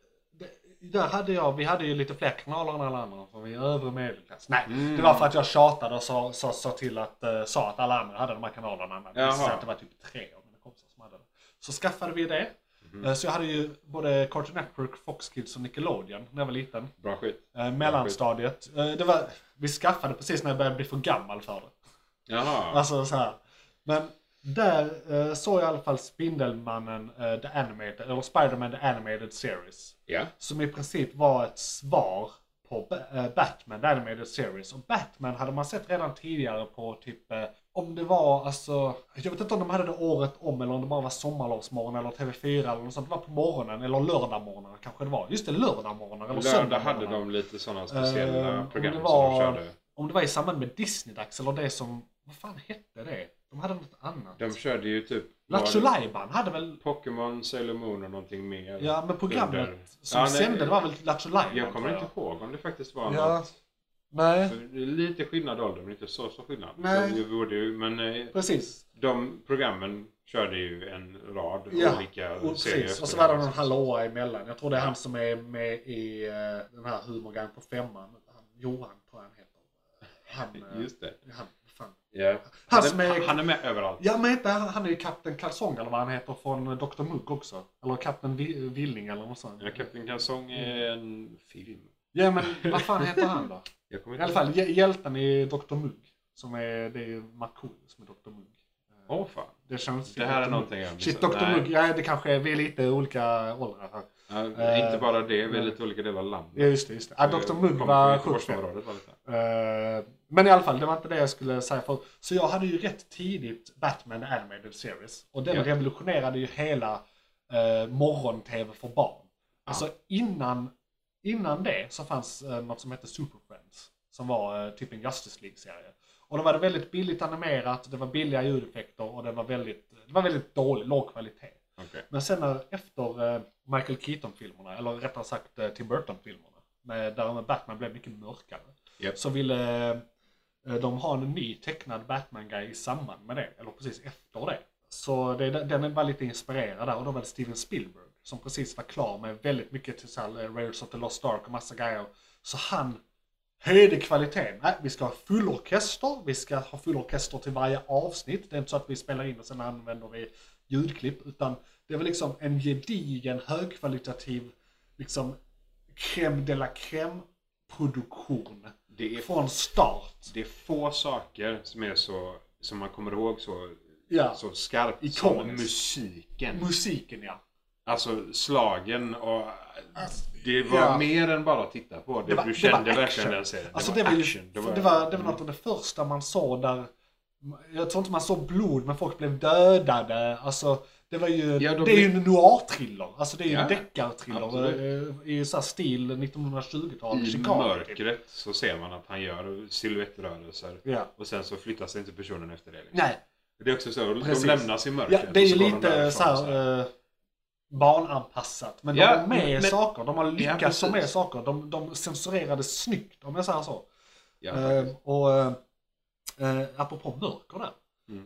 vi hade ju lite fler kanaler än alla andra, för vi är övre medelklass. Nej, det var för att jag tjatade och sa att alla andra hade de här kanalerna. Men det visade sig att det var typ 3 av mina kompisar som hade det. Så skaffade vi det. Så jag hade ju både Cartoon Network, Fox Kids och Nickelodeon när jag var liten. Bra skit. Mellanstadiet. Vi skaffade precis när jag började bli för gammal för det. Jaha. Alltså så här. Men där såg jag i alla fall Spindelmannen The Animated, eller Spider-Man The Animated Series. Yeah. Som i princip var ett svar på Batman The Animated Series. Och Batman hade man sett redan tidigare på typ, om det var alltså, jag vet inte om de hade det året om eller om det bara var sommarlovsmorgon eller TV4 eller något sånt. Det var på morgonen eller lördagmorgonen kanske det var. Just det, lördagmorgonen eller lördag hade de lite sådana speciella program som de körde. Om det var i samband med Disney-dags eller det som, vad fan hette det? De hade något annat. De körde ju typ... Lattjo Lajban hade väl... Pokémon, Sailor Moon och någonting mer. Ja, men programmet som sände det var väl Lattjo Lajban. Jag kommer inte ihåg om det faktiskt var något. Nej. För det är lite skillnad ålder, men inte så skillnad. Nej. Men precis. De programmen körde ju en rad olika serier. Och så var det någon hallåa emellan. Jag tror det är han som är med i den här humorgången på 5:an. Johan tror jag han heter. Just det. Fan. Yeah. Han är med överallt. Ja, men inte, han är ju Kapten Kalsong eller vad han heter från Dr. Mugg också. Eller Kapten Villing eller något sånt. Ja, Kapten Kalsong är en film. Ja, men vad fan heter han då? Jag kommer I alla fall hjälten i Dr. Mugg. Det är ju McCoy som är Dr. Mugg. Åh fan. Det här är någonting jag Shit, Dr. Mugg. Ja, det kanske är, vi är lite olika åldrar här. Inte bara det, vi är lite olika delar av landet. Ja, just det. Ja, Dr. Mugg var sjukt fel. Men i alla fall, det var inte det jag skulle säga. Så jag hade ju rätt tidigt Batman The Animated Series. Och den revolutionerade ju hela morgon-tv för barn. Alltså innan det så fanns något som hette Super Friends. Som var typ en Justice League-serie. Och då var det väldigt billigt animerat, det var billiga ljudeffekter och det var väldigt dålig, låg kvalitet. Okay. Men sen efter Michael Keaton-filmerna, eller rättare sagt Tim Burton-filmerna, där Batman blev mycket mörkare, så ville de ha en ny tecknad Batman-guy i samband med det, eller precis efter det. Så den var lite inspirerad där, och då var det Steven Spielberg som precis var klar med väldigt mycket till Raiders of the Lost Ark och massa grejer. Så han höjde kvaliteten. Nej, vi ska ha full orkester. Vi ska ha full orkester till varje avsnitt. Det är inte så att vi spelar in och sen använder vi ljudklipp. Utan det var liksom en gedigen, högkvalitativ, liksom crème de la crème produktion. Från start. Det är få saker som är så, som man kommer ihåg så skarpt Ikoniskt. Som musiken. Musiken, ja. Alltså slagen och det var mer än bara att titta på. Du kände verkligen den serien. Alltså det var något av det första man såg där. Jag tror inte man såg blod, men folk blev dödade. Alltså det var ju det är ju en noir-thriller. Alltså det är ju en deckarthriller i så här stil 1920-tal. I mörkret så ser man att han gör silhuettrörelser. Ja. Och sen så flyttas inte personen efter det. Liksom. Nej. Det är också så, de lämnas i mörkret. Ja, det är ju lite så här barnanpassat. Men de har med saker. De har lyckats med saker. De censurerade snyggt, om jag säger så. Ja, apropå mörker där.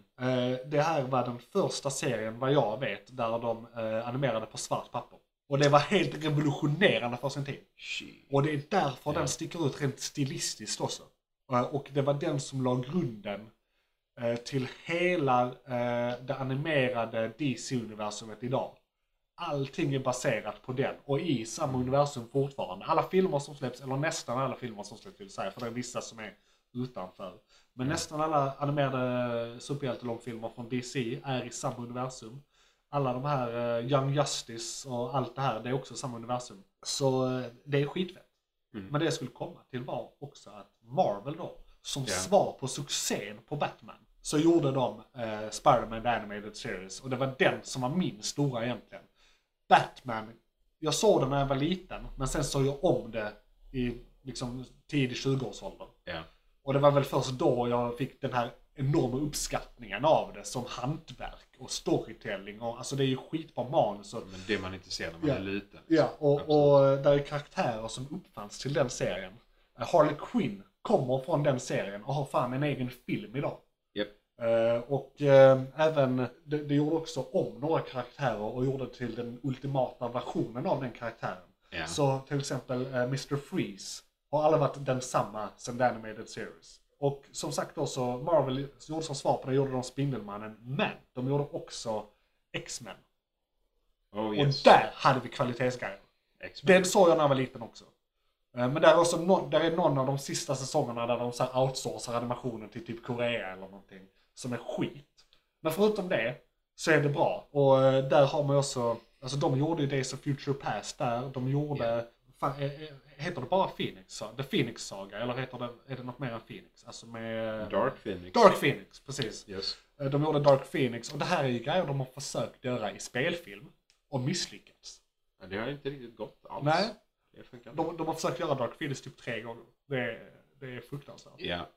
Det här var den första serien, vad jag vet, där de animerade på svart papper. Och det var helt revolutionerande för sin tid. Och det är därför den sticker ut rent stilistiskt också. Och det var den som la grunden till hela det animerade DC-universumet idag. Allting är baserat på den och i samma universum fortfarande. Alla filmer som släpps, eller nästan alla filmer som släpps, vill säga, för det är vissa som är utanför. Men nästan alla animerade superhjältelångfilmer från DC är i samma universum. Alla de här Young Justice och allt det här, det är också samma universum. Så det är skitfett. Men det jag skulle komma till var också att Marvel då, som svar på succén på Batman, så gjorde de Spider-Man The Animated Series. Och det var den som var min stora egentligen. Batman, jag såg den när jag var liten, men sen såg jag om det i liksom tidig 20-årsålder. Och det var väl först då jag fick den här enorma uppskattningen av det som hantverk och storytelling. Och, alltså det är ju skitbra manus. Men det man inte ser när man är liten. Ja, och där är karaktärer som uppfanns till den serien. Harley Quinn kommer från den serien och har fan en egen film idag. Och även det gjorde också om några karaktärer och gjorde till den ultimata versionen av den karaktären. Så till exempel Mr. Freeze har aldrig varit densamma som The Animated Series. Och som sagt då, så Marvel gjorde som svar på det, gjorde de Spindelmannen, men de gjorde också X-Men. Och där hade vi kvalitetsgrejer. Den såg jag när jag var liten också. Men där är också där är någon av de sista säsongerna där de så här outsourcar animationen till typ Korea eller någonting som är skit. Men förutom det så är det bra. Och där har man också, alltså de gjorde ju Days of Future Past där. De gjorde, heter det bara Phoenix? The Phoenix Saga, eller är det något mer än Phoenix? Alltså med Dark Phoenix, precis. De gjorde Dark Phoenix, och det här är ju grejer de har försökt göra i spelfilm och misslyckats. Det har inte riktigt gått alls. Nej. De har försökt göra Dark Phoenix typ 3 gånger. Det är fruktansvärt.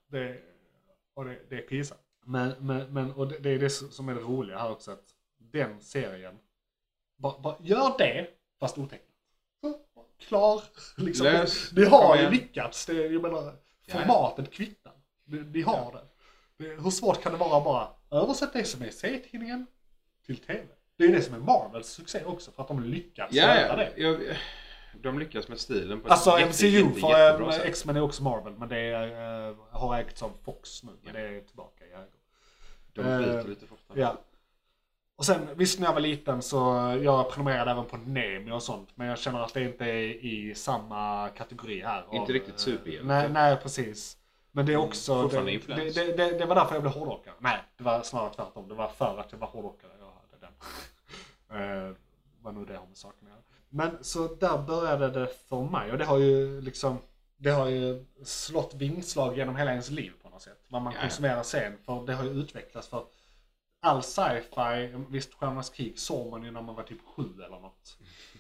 Det är pinsamt. Men och det är det som är det roliga här också, att den serien bara gör det fast otecknat. Klar. Liksom, det har ju lyckats. Jag menar, formatet kvittar. De har det. Hur svårt kan det vara bara översätta det som är serietidningen till tv? Det är ju det som är Marvels succé också, för att de lyckas göra det. De lyckas med stilen på alltså MCU, för X-Men är också Marvel, men det har ägts av Fox nu, men det är tillbaka i ägo. De byter lite för ofta. Och sen, visst när jag var liten så jag prenumererade även på Nemi och sånt. Men jag känner att det inte är i samma kategori här. Inte riktigt superhjälte. Nej, precis. Men det är också... Fortfarande influens. Det var därför jag blev hårdrockare. Nej, det var snarare tvärtom. Det var för att jag var hårdrockare jag hade den. Vad nu det har med saken att göra. Men så där började det för mig. Och det har ju liksom... Det har ju slått vingslag genom hela ens liv på något sätt. Vad man konsumerar sen. För det har ju utvecklats för... All sci-fi, visst Stjärnornas krig såg man ju när man var typ 7 eller något.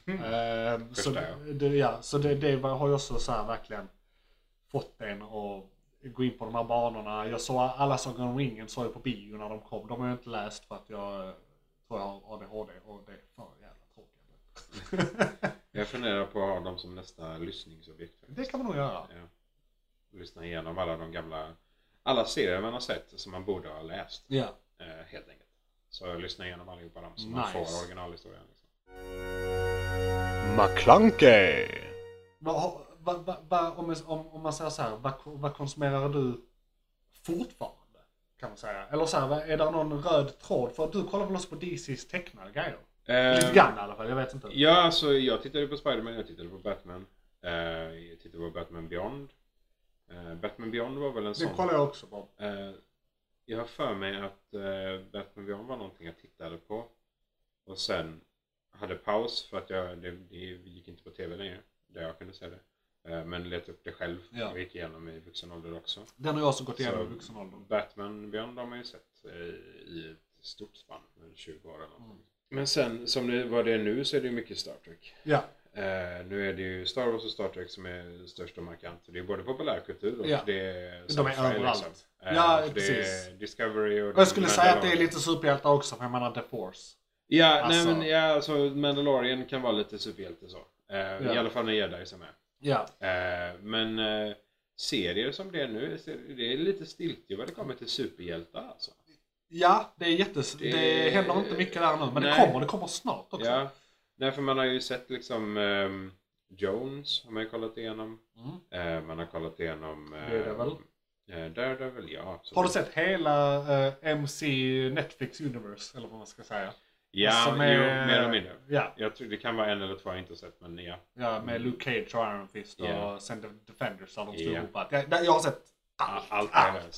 Så det har ju också så här verkligen fått en att gå in på de här banorna. Jag såg alla Sagan om ringen såg jag på bio när de kom. De har jag inte läst för att jag tror jag har ADHD och det är för jävla tråkigt. Jag funderar på att ha dem som nästa lyssningsobjekt. Det kan man nog göra. Ja. Lyssna igenom alla de gamla, alla serier man har sett som man borde ha läst. Ja. Helt enkelt. Så lyssna igenom allihopa dem så Nice. man får originalhistorien. Liksom. McClunkey! Om man säger så här, vad konsumerar du fortfarande? Kan man säga. Eller så här, är det någon röd tråd? För du kollar väl också på DCs tecknade grejer? Lite grann i alla fall, jag vet inte. Ja, alltså jag tittade på Spider-Man, jag tittade på Batman. Jag tittade på Batman Beyond. Batman Beyond var väl en sån... Det kollar jag också på. Jag har för mig att Batman Beyond var någonting jag tittade på. Och sen hade paus för att det gick inte på tv längre. Där jag kunde se det. Men letade upp det själv och gick igenom i vuxen ålder också. Den har jag också gått igenom i vuxen ålder. Batman Beyond har man ju sett i ett stort spann. 20 år eller något. Men sen som vad det är nu så är det ju mycket Star Trek. Ja. Nu är det ju Star Wars och Star Trek som är störst och markant. Det är både populärkultur och det är de är överallt. Liksom. Ja, det precis. är Discovery och jag skulle säga att det är lite superhjältar också, för jag menar The Force. Ja, alltså... alltså Mandalorian kan vara lite superhjälte så. I alla fall när Jedi som är. Ja. Men serier som det är nu, det är lite stiltje vad det kommer till superhjältar alltså. Ja, det är det händer inte mycket där nu, men det kommer snart också. Ja. Nej, för man har ju sett liksom Jones har man ju kollat igenom. Man har kollat igenom Daredevil, ja. Har du sett hela MC Netflix Universe, eller vad man ska säga? Ja, alltså mer eller mindre. Ja. Jag tror det kan vara en eller två jag inte sett, men ja. Ja, med Luke Cage och Iron Fist och sen Defenders där de stod ihop. Jag har sett allt.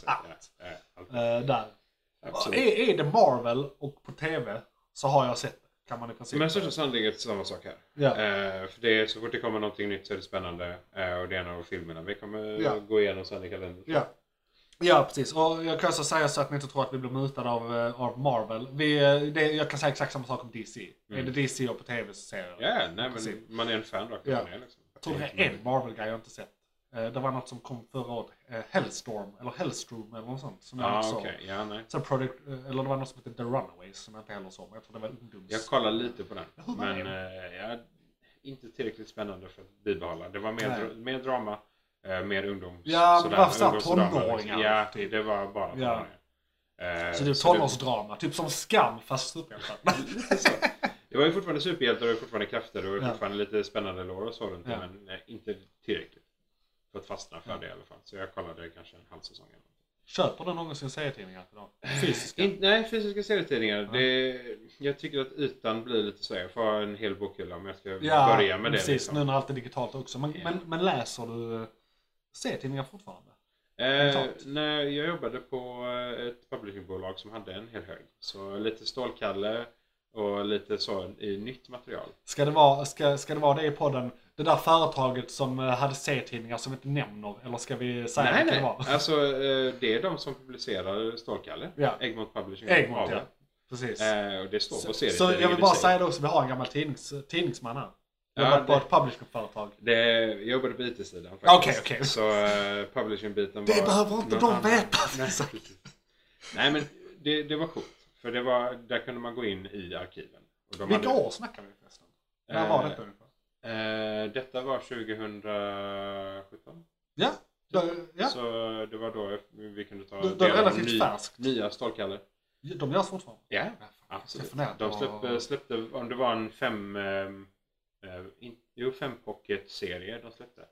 Där. Är det Marvel och på tv så har jag sett det. Kan man i princip. Men största sannolikhet samma sak här. Ja. För det är, så fort det kommer någonting nytt så är det spännande. Och det är en av filmerna vi kommer gå igenom sen i kalendern. Ja, precis. Och jag kan också säga så att ni inte tror att vi blir mutade av Marvel. Jag kan säga exakt samma sak om DC. Är det DC och på tv så ser jag ja, nej, men man är en fan rakt ner liksom. Jag tror det är en Marvel-grej jag inte sett. Det var något som kom förra året. Hellstorm eller Hellstrom eller något sånt. Som okej. Ja, nej. Så eller det var något som heter The Runaways som jag inte heller såg. Men jag tror det var ungdoms. Jag kollade lite på den. Men inte tillräckligt spännande för att bibehålla. Det var mer drama. Mer ungdoms. Ja, varför tonåringar? Ja, typ. Det var bara så det är tonårsdrama. Typ som Skam fast superhjältar. Det var ju fortfarande superhjältar och fortfarande krafter och fortfarande lite spännande lore och så runt det, men inte tillräckligt för att fastna för det i alla fall. Så jag kollade kanske en halv säsong. Köper du någonsin serietidningar idag? Fysiska? Nej, fysiska serietidningar. Jag tycker att ytan blir lite så. Jag får en hel bokhylla om jag ska börja med det. Precis, liksom. Nu när allt är digitalt också. Men läser du serietidningar fortfarande? Nej, jag jobbade på ett publishingbolag som hade en hel hög. Så lite Stålkalle och lite så i nytt material. Ska det vara det i podden? Det där företaget som hade serietidningar som vi inte nämner? Eller ska vi säga nej, det var? Alltså det är de som publicerar Stålkalle. Egmont Publishing. Egmont, ja. Precis. Och det står på serien. Så jag vill bara säga det också, vi har en gammal tidningsman här. Jag var på ett publishingföretag. Jag jobbade på IT-sidan faktiskt. Okej. Så publishing-biten var... Det behöver inte de veta. Nej, men det var coolt. För där kunde man gå in i arkiven. Och vilka år snackar vi förresten? När var detta ungefär? Detta var 2017. Ja. Så det var då vi kunde ta det är relativt färskt. Nya Stålkalle. De görs fortfarande? Ja, absolut. De släppte, om det var en 5 pocket-serie de släppte.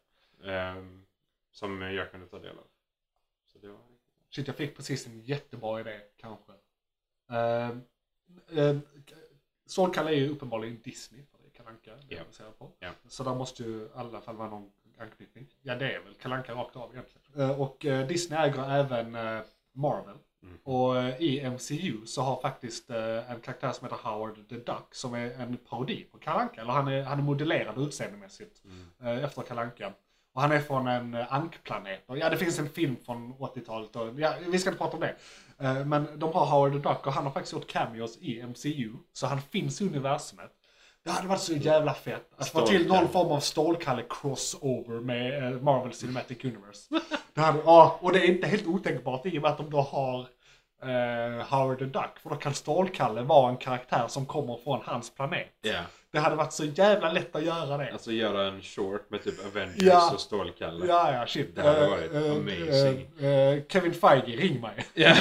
Som jag kunde ta del av. Så det var shit, jag fick precis en jättebra idé kanske. Stålkalle är ju uppenbarligen Disney, för det är Kalle Anka det är baserat på. Ja. Så där måste ju i alla fall vara någon anknytning. Ja, det är väl Kalle Anka rakt av egentligen. Och Disney äger även Marvel. Och i MCU så har faktiskt en karaktär som heter Howard the Duck som är en parodi på Kalle Anka. Eller han är modellerad utseendemässigt efter Kalle Anka. Och han är från en ankplanet. Och ja, det finns en film från 80-talet. Och, ja, vi ska inte prata om det. Men de har Howard the Duck och han har faktiskt gjort cameos i MCU. Så han finns i universumet. Det hade varit så jävla fett att få till någon form av Stålkalle crossover med Marvel Cinematic Universe. Och det är inte helt otänkbart i och med att de då har Howard the Duck. För då kan Stålkalle vara en karaktär som kommer från hans planet. Yeah. Det hade varit så jävla lätt att göra det. Alltså göra en short med typ Avengers och Stålkalle. Ja, shit. Det hade varit amazing. Kevin Feige, ring mig. Ja.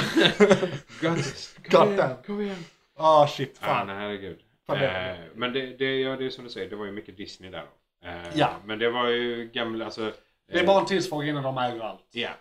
Kom igen. Shit, fan. Nej, herregud. Det. Men det är som du säger, det var ju mycket Disney där då. Ja. Men det var ju gamla, alltså... Det är bara en tidsfråga innan de äger allt. Ja,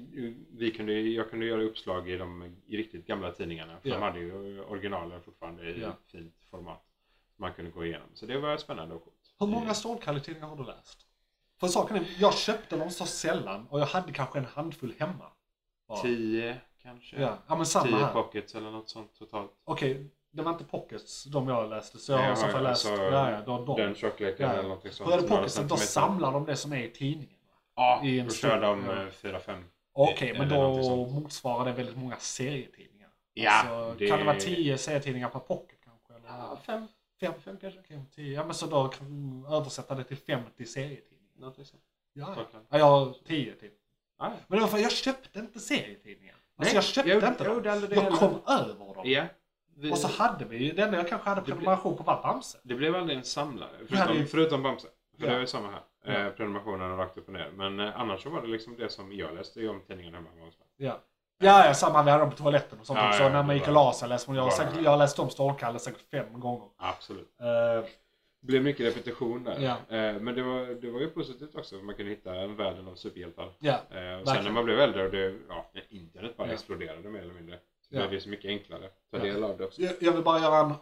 jag kunde göra uppslag i de riktigt gamla tidningarna. För de hade ju originalen fortfarande i fint format. Man kunde gå igenom. Så det var spännande och coolt. Hur många Stålkalle-tidningar har du läst? För saken är, jag köpte dem så sällan och jag hade kanske en handfull hemma. 10 kanske. Ja, men samma 10 här. pockets eller något sånt totalt. Okej, det var inte pockets de jag läste. Så jag har så fall läst den tjockleken eller något sånt. Hur är det pockets? Då samlar de det som är i tidningen. Ja, då kör de 4-5. Okej, men då motsvarar det väldigt många serietidningar. Ja, alltså, kan det vara 10 serietidningar per pocket kanske? Eller? Ja, 5 kanske. Okay, 10. Ja, men så då kan vi översätta det till 50 serietidningar. Något sånt. Ja, jag har 10 typ. Ja. Men det var för jag köpte inte serietidningar. Alltså jag köpte inte dem. Jag kom över dem. Ja. Och så hade vi, det enda jag kanske hade prenumeration på var Bamse. Det blev aldrig en samlare, förutom Bamse. För det var ju samma här. Prenumerationen rakt upp och ner. Men annars så var det liksom det som jag läste i om tidningen hemma. Ja, samma. Vi hade dem på toaletten och sånt också. När man gick och la sig läste man. Jag läste om Stålkalle säkert 5 gånger. Absolut. Det blev mycket repetition där. Ja. Men det var ju positivt också. För man kunde hitta en världen av superhjältar. Ja, och sen när man blev äldre och internet bara exploderade mer eller mindre. Så blev det så mycket enklare. Ta del av det också. Jag vill bara göra en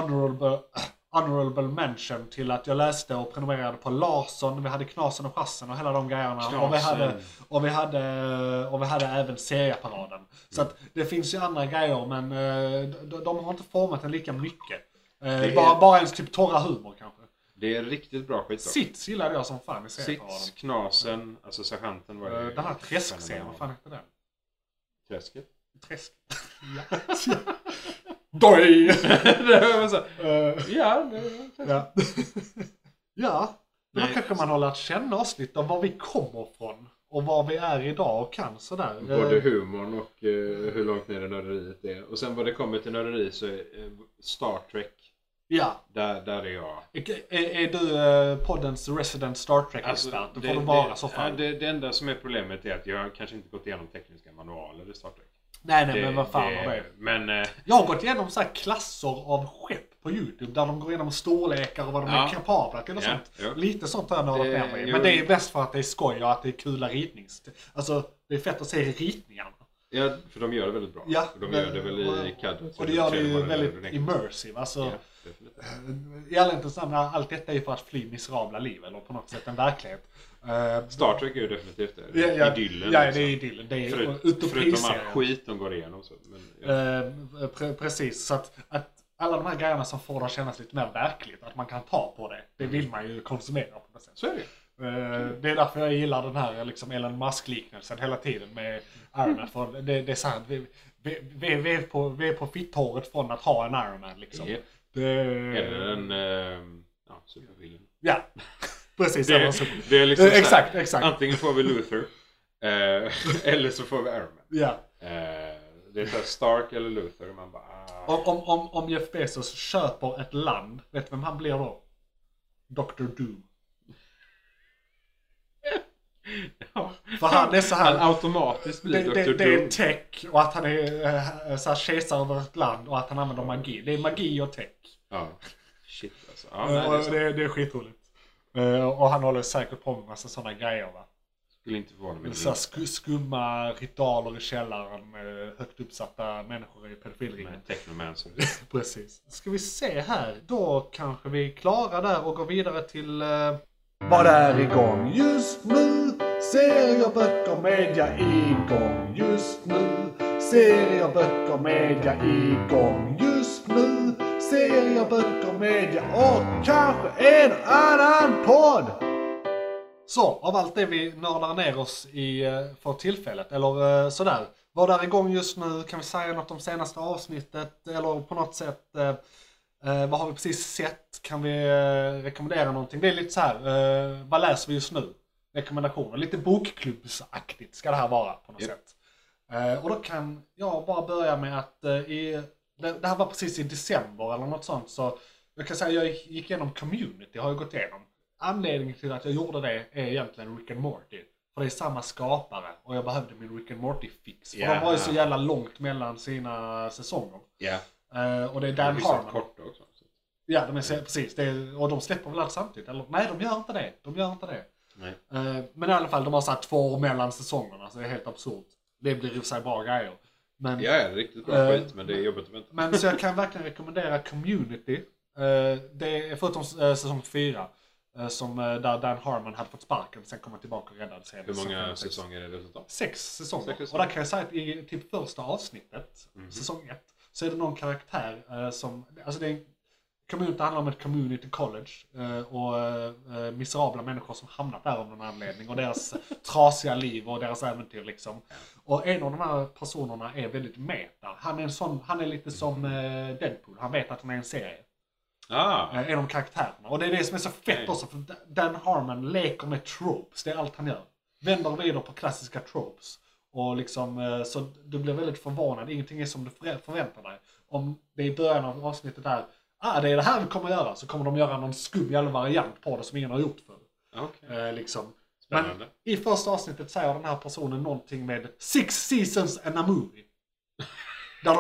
honorable mention till att jag läste och prenumererade på Larsson. Vi hade Knasen och Chassen och hela de grejerna. Och vi hade även Serieparaden. Så att det finns ju andra grejer, men de har inte format en lika mycket. Bara ens typ torra humor kanske. Det är riktigt bra skit. Sits gillade jag som fan i Serieparaden. Sits, Knasen, alltså sergeanten var det. Den här träskscenen, vad fan heter den? Träsket? Träsk. Ja. Doj! Det var så. Ja. Då kanske man har lärt känna oss lite om var vi kommer från. Och var vi är idag och kan sådär. Både humorn och hur långt ner i nörderiet är. Och sen vad det kommer till nörderi så är Star Trek. Ja. Där är jag. Är du poddens resident Star Trek-expert? Alltså, då får du vara så fan. Det enda som är problemet är att jag kanske inte gått igenom tekniska manualer i Star Trek. Nej, men vad fan har det? Men, jag har gått igenom så här klasser av skepp på YouTube där de går igenom storlekar och vad de är kapabla till och sånt. Ja. Lite sånt har jag nördat ner mig. Men det är bäst för att det är skoj och att det är coola ritnings. Alltså, det är fett att se ritningarna. Ja, för de gör det väldigt bra. Ja, de gör det väl i CAD. Och det gör det ju väldigt immersive. Alltså, i alla intressant, allt detta är ju för att fly miserabla liv eller på något sätt en verklighet. Star Trek är ju definitivt det. Idyllen. Ja, det är idyllen. Det är förutom all skit de går igenom. Så, men, precis, så att alla de här grejerna som får det att kännas lite mer verkligt, att man kan ta på det vill man ju konsumera på något sätt. Så är det. Det är därför jag gillar den här liksom Elon Musk-liknelsen hela tiden med Iron Man. För det är sant, vi är på fitthåret från att ha en Iron Man liksom. Yeah. Eller en supervillain. Ja, precis. Det är liksom exakt. Antingen får vi Luther eller så får vi Iron Man. Ja. Det är så Stark eller Luther. Man bara, om Jeff Bezos köper ett land, vet du vem han blir då? Dr. Doom. Ja. För han är så här, han automatiskt blir Dr. Doom. Det är tech och att han är så här kejsare över ett land och att han använder magi. Det är magi och tech. Ja, shit alltså. Ja, det är skitroligt. Och han håller säkert på med massa sådana grejer, va? Skulle inte förvåna mig. Så skumma ritualer i källaren med högt uppsatta människor i pedofilringen. Technomancer. Precis. Ska vi se här. Då kanske vi är klara där och går vidare till... Vad är igång just nu? Serier, böcker, media igång just nu. Serier, böcker, media igång just nu. Serier, böcker, media och kanske en annan podd. Så, av allt det vi nördar ner oss i för tillfället, eller sådär. Vad är igång just nu? Kan vi säga något om senaste avsnittet? Eller på något sätt, vad har vi precis sett? Kan vi rekommendera någonting? Det är lite så här, vad läser vi just nu? Rekommendationer. Lite bokklubbsaktigt ska det här vara på något sätt. Och då kan jag bara börja med att det här var precis i december eller något sånt. Så jag kan säga att jag gick igenom Community, har jag gått igenom. Anledningen till att jag gjorde det är egentligen Rick and Morty. För det är samma skapare och jag behövde min Rick and Morty-fix. För de var ju så jävla långt mellan sina säsonger. Och det är Dan Harmon. Korta också. Ja, de är precis. Och de släpper väl allt samtidigt? Eller? Nej, de gör inte det. Nej. Men i alla fall, de har satt 2 år mellan säsongerna. Så det är helt absurt. Det blir i och för sig bra grejer. Men, ja, det är riktigt bra skit, men det är jobbigt att vänta. Men så jag kan verkligen rekommendera Community. Det är förutom säsong 4. Som där Dan Harmon hade fått sparken, sen kom han tillbaka och räddade sig. Hur många säsonger är det då? 6 säsonger. Och där kan jag säga att i typ första avsnittet, säsong 1, så är det någon karaktär som, alltså det är Community handlar om ett community college och miserabla människor som hamnat där av någon anledning och deras trasiga liv och deras äventyr liksom. Och en av de här personerna är väldigt meta. Han är lite som Deadpool, han vet att han är en serie. En av karaktärerna. Och det är det som är så fett också, för Dan Harmon leker med tropes, det är allt han gör. Vänder vidare på klassiska tropes. Och liksom, så du blir väldigt förvånad, ingenting är som du förväntar dig. Om det är i början av avsnittet där, det är det här vi kommer att göra, så kommer de göra någon skum jävla variant på det som ingen har gjort förr. Liksom. Men i första avsnittet säger den här personen någonting med 6 seasons and a movie. Där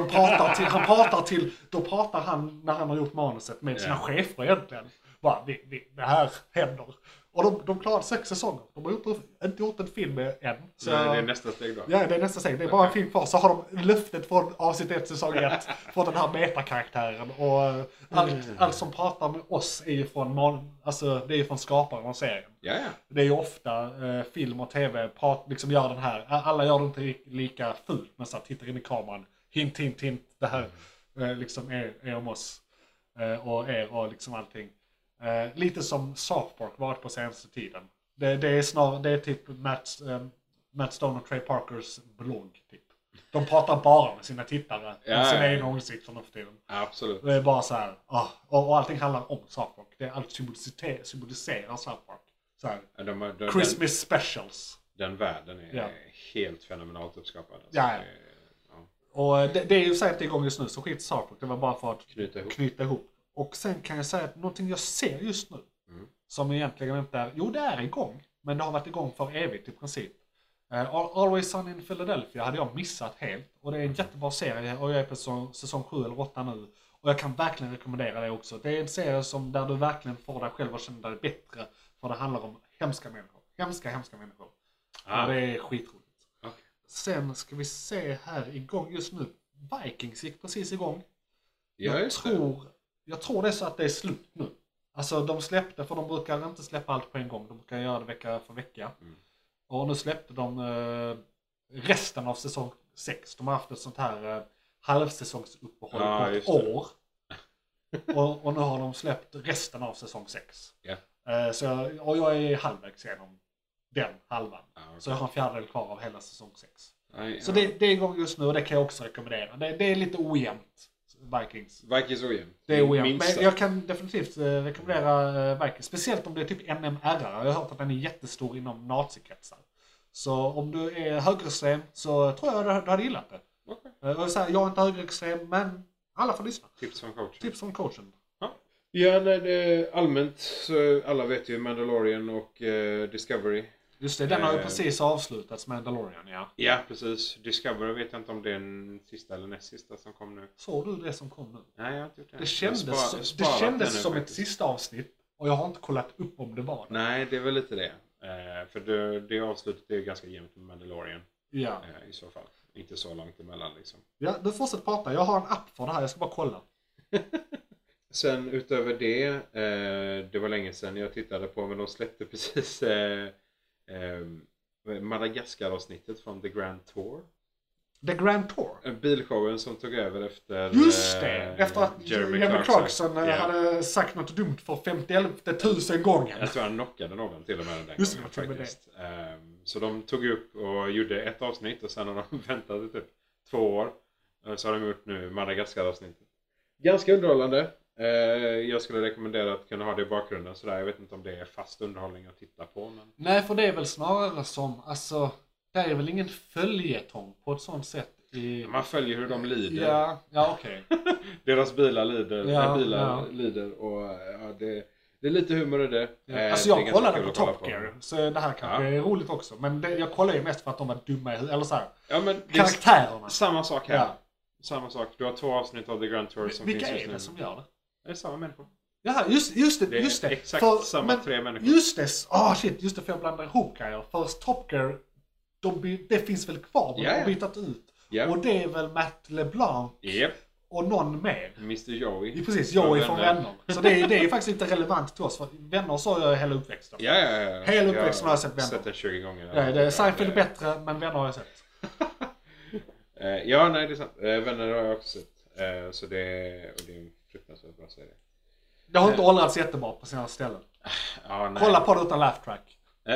då pratar han när han har gjort manuset med sina chefer egentligen. Bara, det här händer. Och de klarade 6 säsonger. De har inte gjort en film än. Så nej, det är nästa steg då. Ja, det är nästa steg. Det är bara en film kvar. Så har de löftet från avsnitt 1 säsong 1 från den här metakaraktären. Och allt som pratar med oss är ju från skaparen av serien. Ja. Det är ju ofta film och tv liksom gör den här. Alla gör det inte lika fult, men så tittar in i kameran. Hint, det här liksom är om oss och er och liksom allting. Lite som South Park varit på senaste tiden. Det är typ Matt Stone och Trey Parkers blogg typ. De pratar bara med sina tittare om sina egna åsikter nu för tiden. Absolut. Det är bara så här, och allting handlar om South Park. Det är allt symboliserar South Park. Så här, Christmas specials. Den världen är helt fenomenalt uppskapad. Alltså. Ja. Och det är ju säkert igång just nu, så skit South Park. Det var bara för att knyta ihop. Och sen kan jag säga att någonting jag ser just nu, som egentligen inte är, det är igång, men det har varit igång för evigt i princip. Always Sunny in Philadelphia hade jag missat helt, och det är en jättebra serie och jag är på säsong 7 eller 8 nu. Och jag kan verkligen rekommendera det också. Det är en serie där du verkligen får dig själv att känna dig bättre, för det handlar om hemska människor. Hemska människor. Och det är skitroligt. Okay. Sen ska vi se här igång just nu. Vikings gick precis igång. Jag tror det är så att det är slut nu. Alltså de släppte, för de brukar inte släppa allt på en gång. De brukar göra det vecka för vecka. Och nu släppte de resten av säsong 6. De har haft ett sånt här halvsäsongsuppehåll på ett år. och nu har de släppt resten av säsong 6. Så jag är halvvägs igenom den halvan. Så jag har en fjärdedel kvar av hela säsong 6. Så det är igång just nu, och det kan jag också rekommendera. Det är lite ojämnt. Vikings ojämnt. Det är ojämnt. Men jag kan definitivt rekommendera Vikings. Speciellt om det är typ NMR. Jag har hört att den är jättestor inom nazikretsar. Så om du är högerextrem så tror jag du hade gillat det. Okay. Och så här, jag är inte högerextrem, men alla får lyssna. Tips från coachen. Ja, allmänt så alla vet ju Mandalorian och Discovery. Just det, den har ju precis avslutats, Mandalorian, Ja, precis. Discovery vet jag inte om det är den sista eller näst sista som kom nu. Såg du det som kom nu? Nej, jag har inte gjort det. Det kändes som ett sista avsnitt, och jag har inte kollat upp om det var det. Nej, det är väl lite det. För det avslutet är ju ganska jämnt med Mandalorian. Ja. I så fall. Inte så långt emellan liksom. Ja, du fortsätter prata. Jag har en app för det här. Jag ska bara kolla. Sen utöver det var länge sedan jag tittade på, men de släppte precis Madagaskar-avsnittet från The Grand Tour. The Grand Tour? Bilshowen som tog över efter... Just det! Efter att Jeremy Clarkson Ja. hade sagt något dumt för 50,000 gånger. Jag tror han knockade någon till och med den Just gången det, faktiskt. Så de tog upp och gjorde ett avsnitt och sen har de väntat i typ 2 år. Så har de gjort nu Madagaskar-avsnittet. Ganska underhållande. Jag skulle rekommendera att kunna ha det i bakgrunden sådär. Jag vet inte om det är fast underhållning att titta på. Men... Nej, för det är väl snarare som, alltså, det är väl ingen följetong på ett sånt sätt. Man följer hur de lider. Ja, okej. Deras bilar lider. Ja. Lider och det är lite humor i det. Ja. Alltså jag kollade på att kolla Top Gear, så det här kanske är roligt också. Men jag kollar ju mest för att de var dumma eller så här. Ja, men karaktärerna. Samma sak här. Ja. Samma sak. Du har 2 avsnitt av The Grand Tour som Vilka finns just är nu. det som gör det? Det är samma människor. Jaha, just det. Det är exakt samma 3 människor. Just det, för jag blandar ihop grejer. Först Top Gear, det finns väl kvar, men de har bytt ut. Yep. Och det är väl Matt LeBlanc och någon mer. Mr. Joey. Precis, Joey från Vänner. Så det är faktiskt inte relevant till oss, för Vänner så jag hela uppväxten. Ja. Hela uppväxten har jag sett Vänner. Sett det 20 gånger. Ja, det är Seinfeld är bättre, men Vänner har jag sett. Ja, nej det är sant. Vänner har jag också sett. Så det är en fruktansvärt bra serie. Det har inte åldrats jättebra på sina ställen. Kolla på det utan laugh track.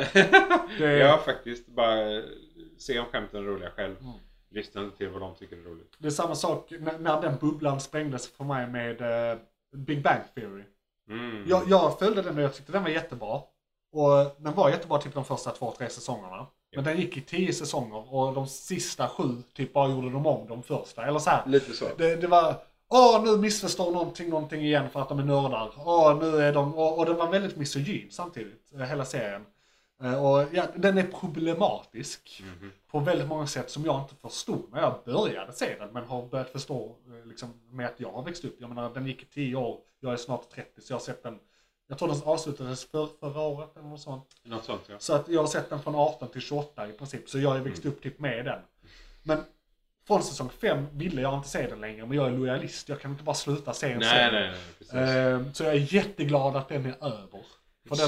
Ja, faktiskt. Bara se om skämten är roliga själv. Lyssna inte till vad de tycker är roligt. Det är samma sak när den bubblan sprängdes för mig med Big Bang Theory. Jag följde den och jag tyckte den var jättebra. Och den var jättebra typ de första 2-3 säsongerna. Men den gick i 10 säsonger och de sista 7 typ bara gjorde de om de första. Eller så här. Lite så. Det var, nu missförstår någonting igen för att de är nördar. Nu är de, och den var väldigt misogyn samtidigt, hela serien. Och ja, den är problematisk på väldigt många sätt som jag inte förstod när jag började se den, men har börjat förstå liksom, med att jag har växt upp. Jag menar, den gick i 10 år, jag är snart 30, så jag har sett den. Jag tror den avslutades förra året eller något sånt. Något sånt, ja. Så att jag har sett den från 18 till 28 i princip, så jag har växt upp typ med den. Men från säsong 5 ville jag inte se den längre, men jag är lojalist. Jag kan inte bara sluta se en serie. Nej, precis. Så jag är jätteglad att den är över. För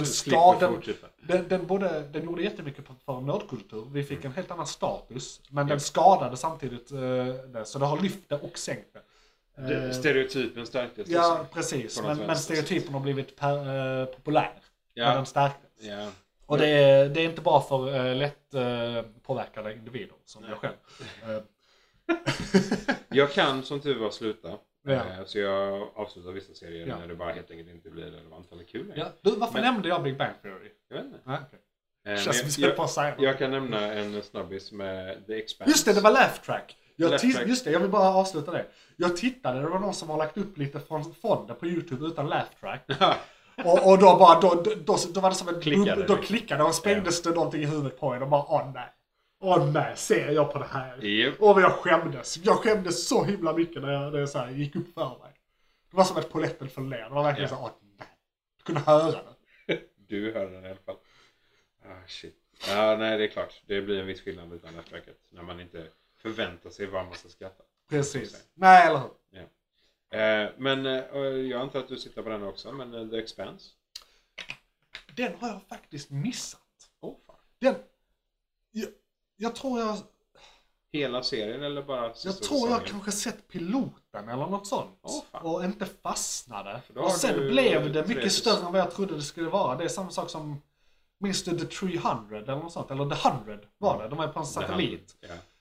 den gjorde jättemycket för nördkultur. Vi fick en helt annan status. Men den skadade samtidigt det. Så det har lyft det och sänkt det. Stereotypen stärktes. Ja, precis. Men stereotypen har blivit populär. När den stärktes. Ja. Och det är inte bra för lätt påverkade individer som jag själv. Jag kan som tur var sluta. Ja. Så jag avslutar vissa serier när det bara helt enkelt inte blir relevant eller kul. Ja. Du, varför nämnde jag Big Bang Theory? Jag vet inte. Nej, okay. Jag kan nämna en snabbis med The Expanse. Just det var laugh track. Just det, jag vill bara avsluta det. Jag tittade, det var någon som har lagt upp lite från det på YouTube utan laugh track. och då var det som en då klickade och sprängdes det någonting i huvudet på en och bara åh nej, ser jag på det här? Yep. Och jag skämdes. Jag skämdes så himla mycket när det så här gick upp för mig. Det var som ett polletten för ler. Det var verkligen så nej. Du kunde höra det. Du hörde den i alla fall. Shit. Ja, nej, det är klart. Det blir en viss skillnad utan nätverket. När man inte förväntar sig vad man ska skratta. Precis. Nej, eller hur? Ja. Men jag antar att du sitter på den också. Men The Expanse? Den har jag faktiskt missat. Fan. Den... Jag tror jag... Hela serien eller bara jag tror jag kanske sett piloten eller något sånt. Och inte fastnade. Och sen blev det mycket större än vad jag trodde det skulle vara. Det är samma sak som... Minns du The 300 eller något sånt? Eller The 100 var det. De är på en satellit.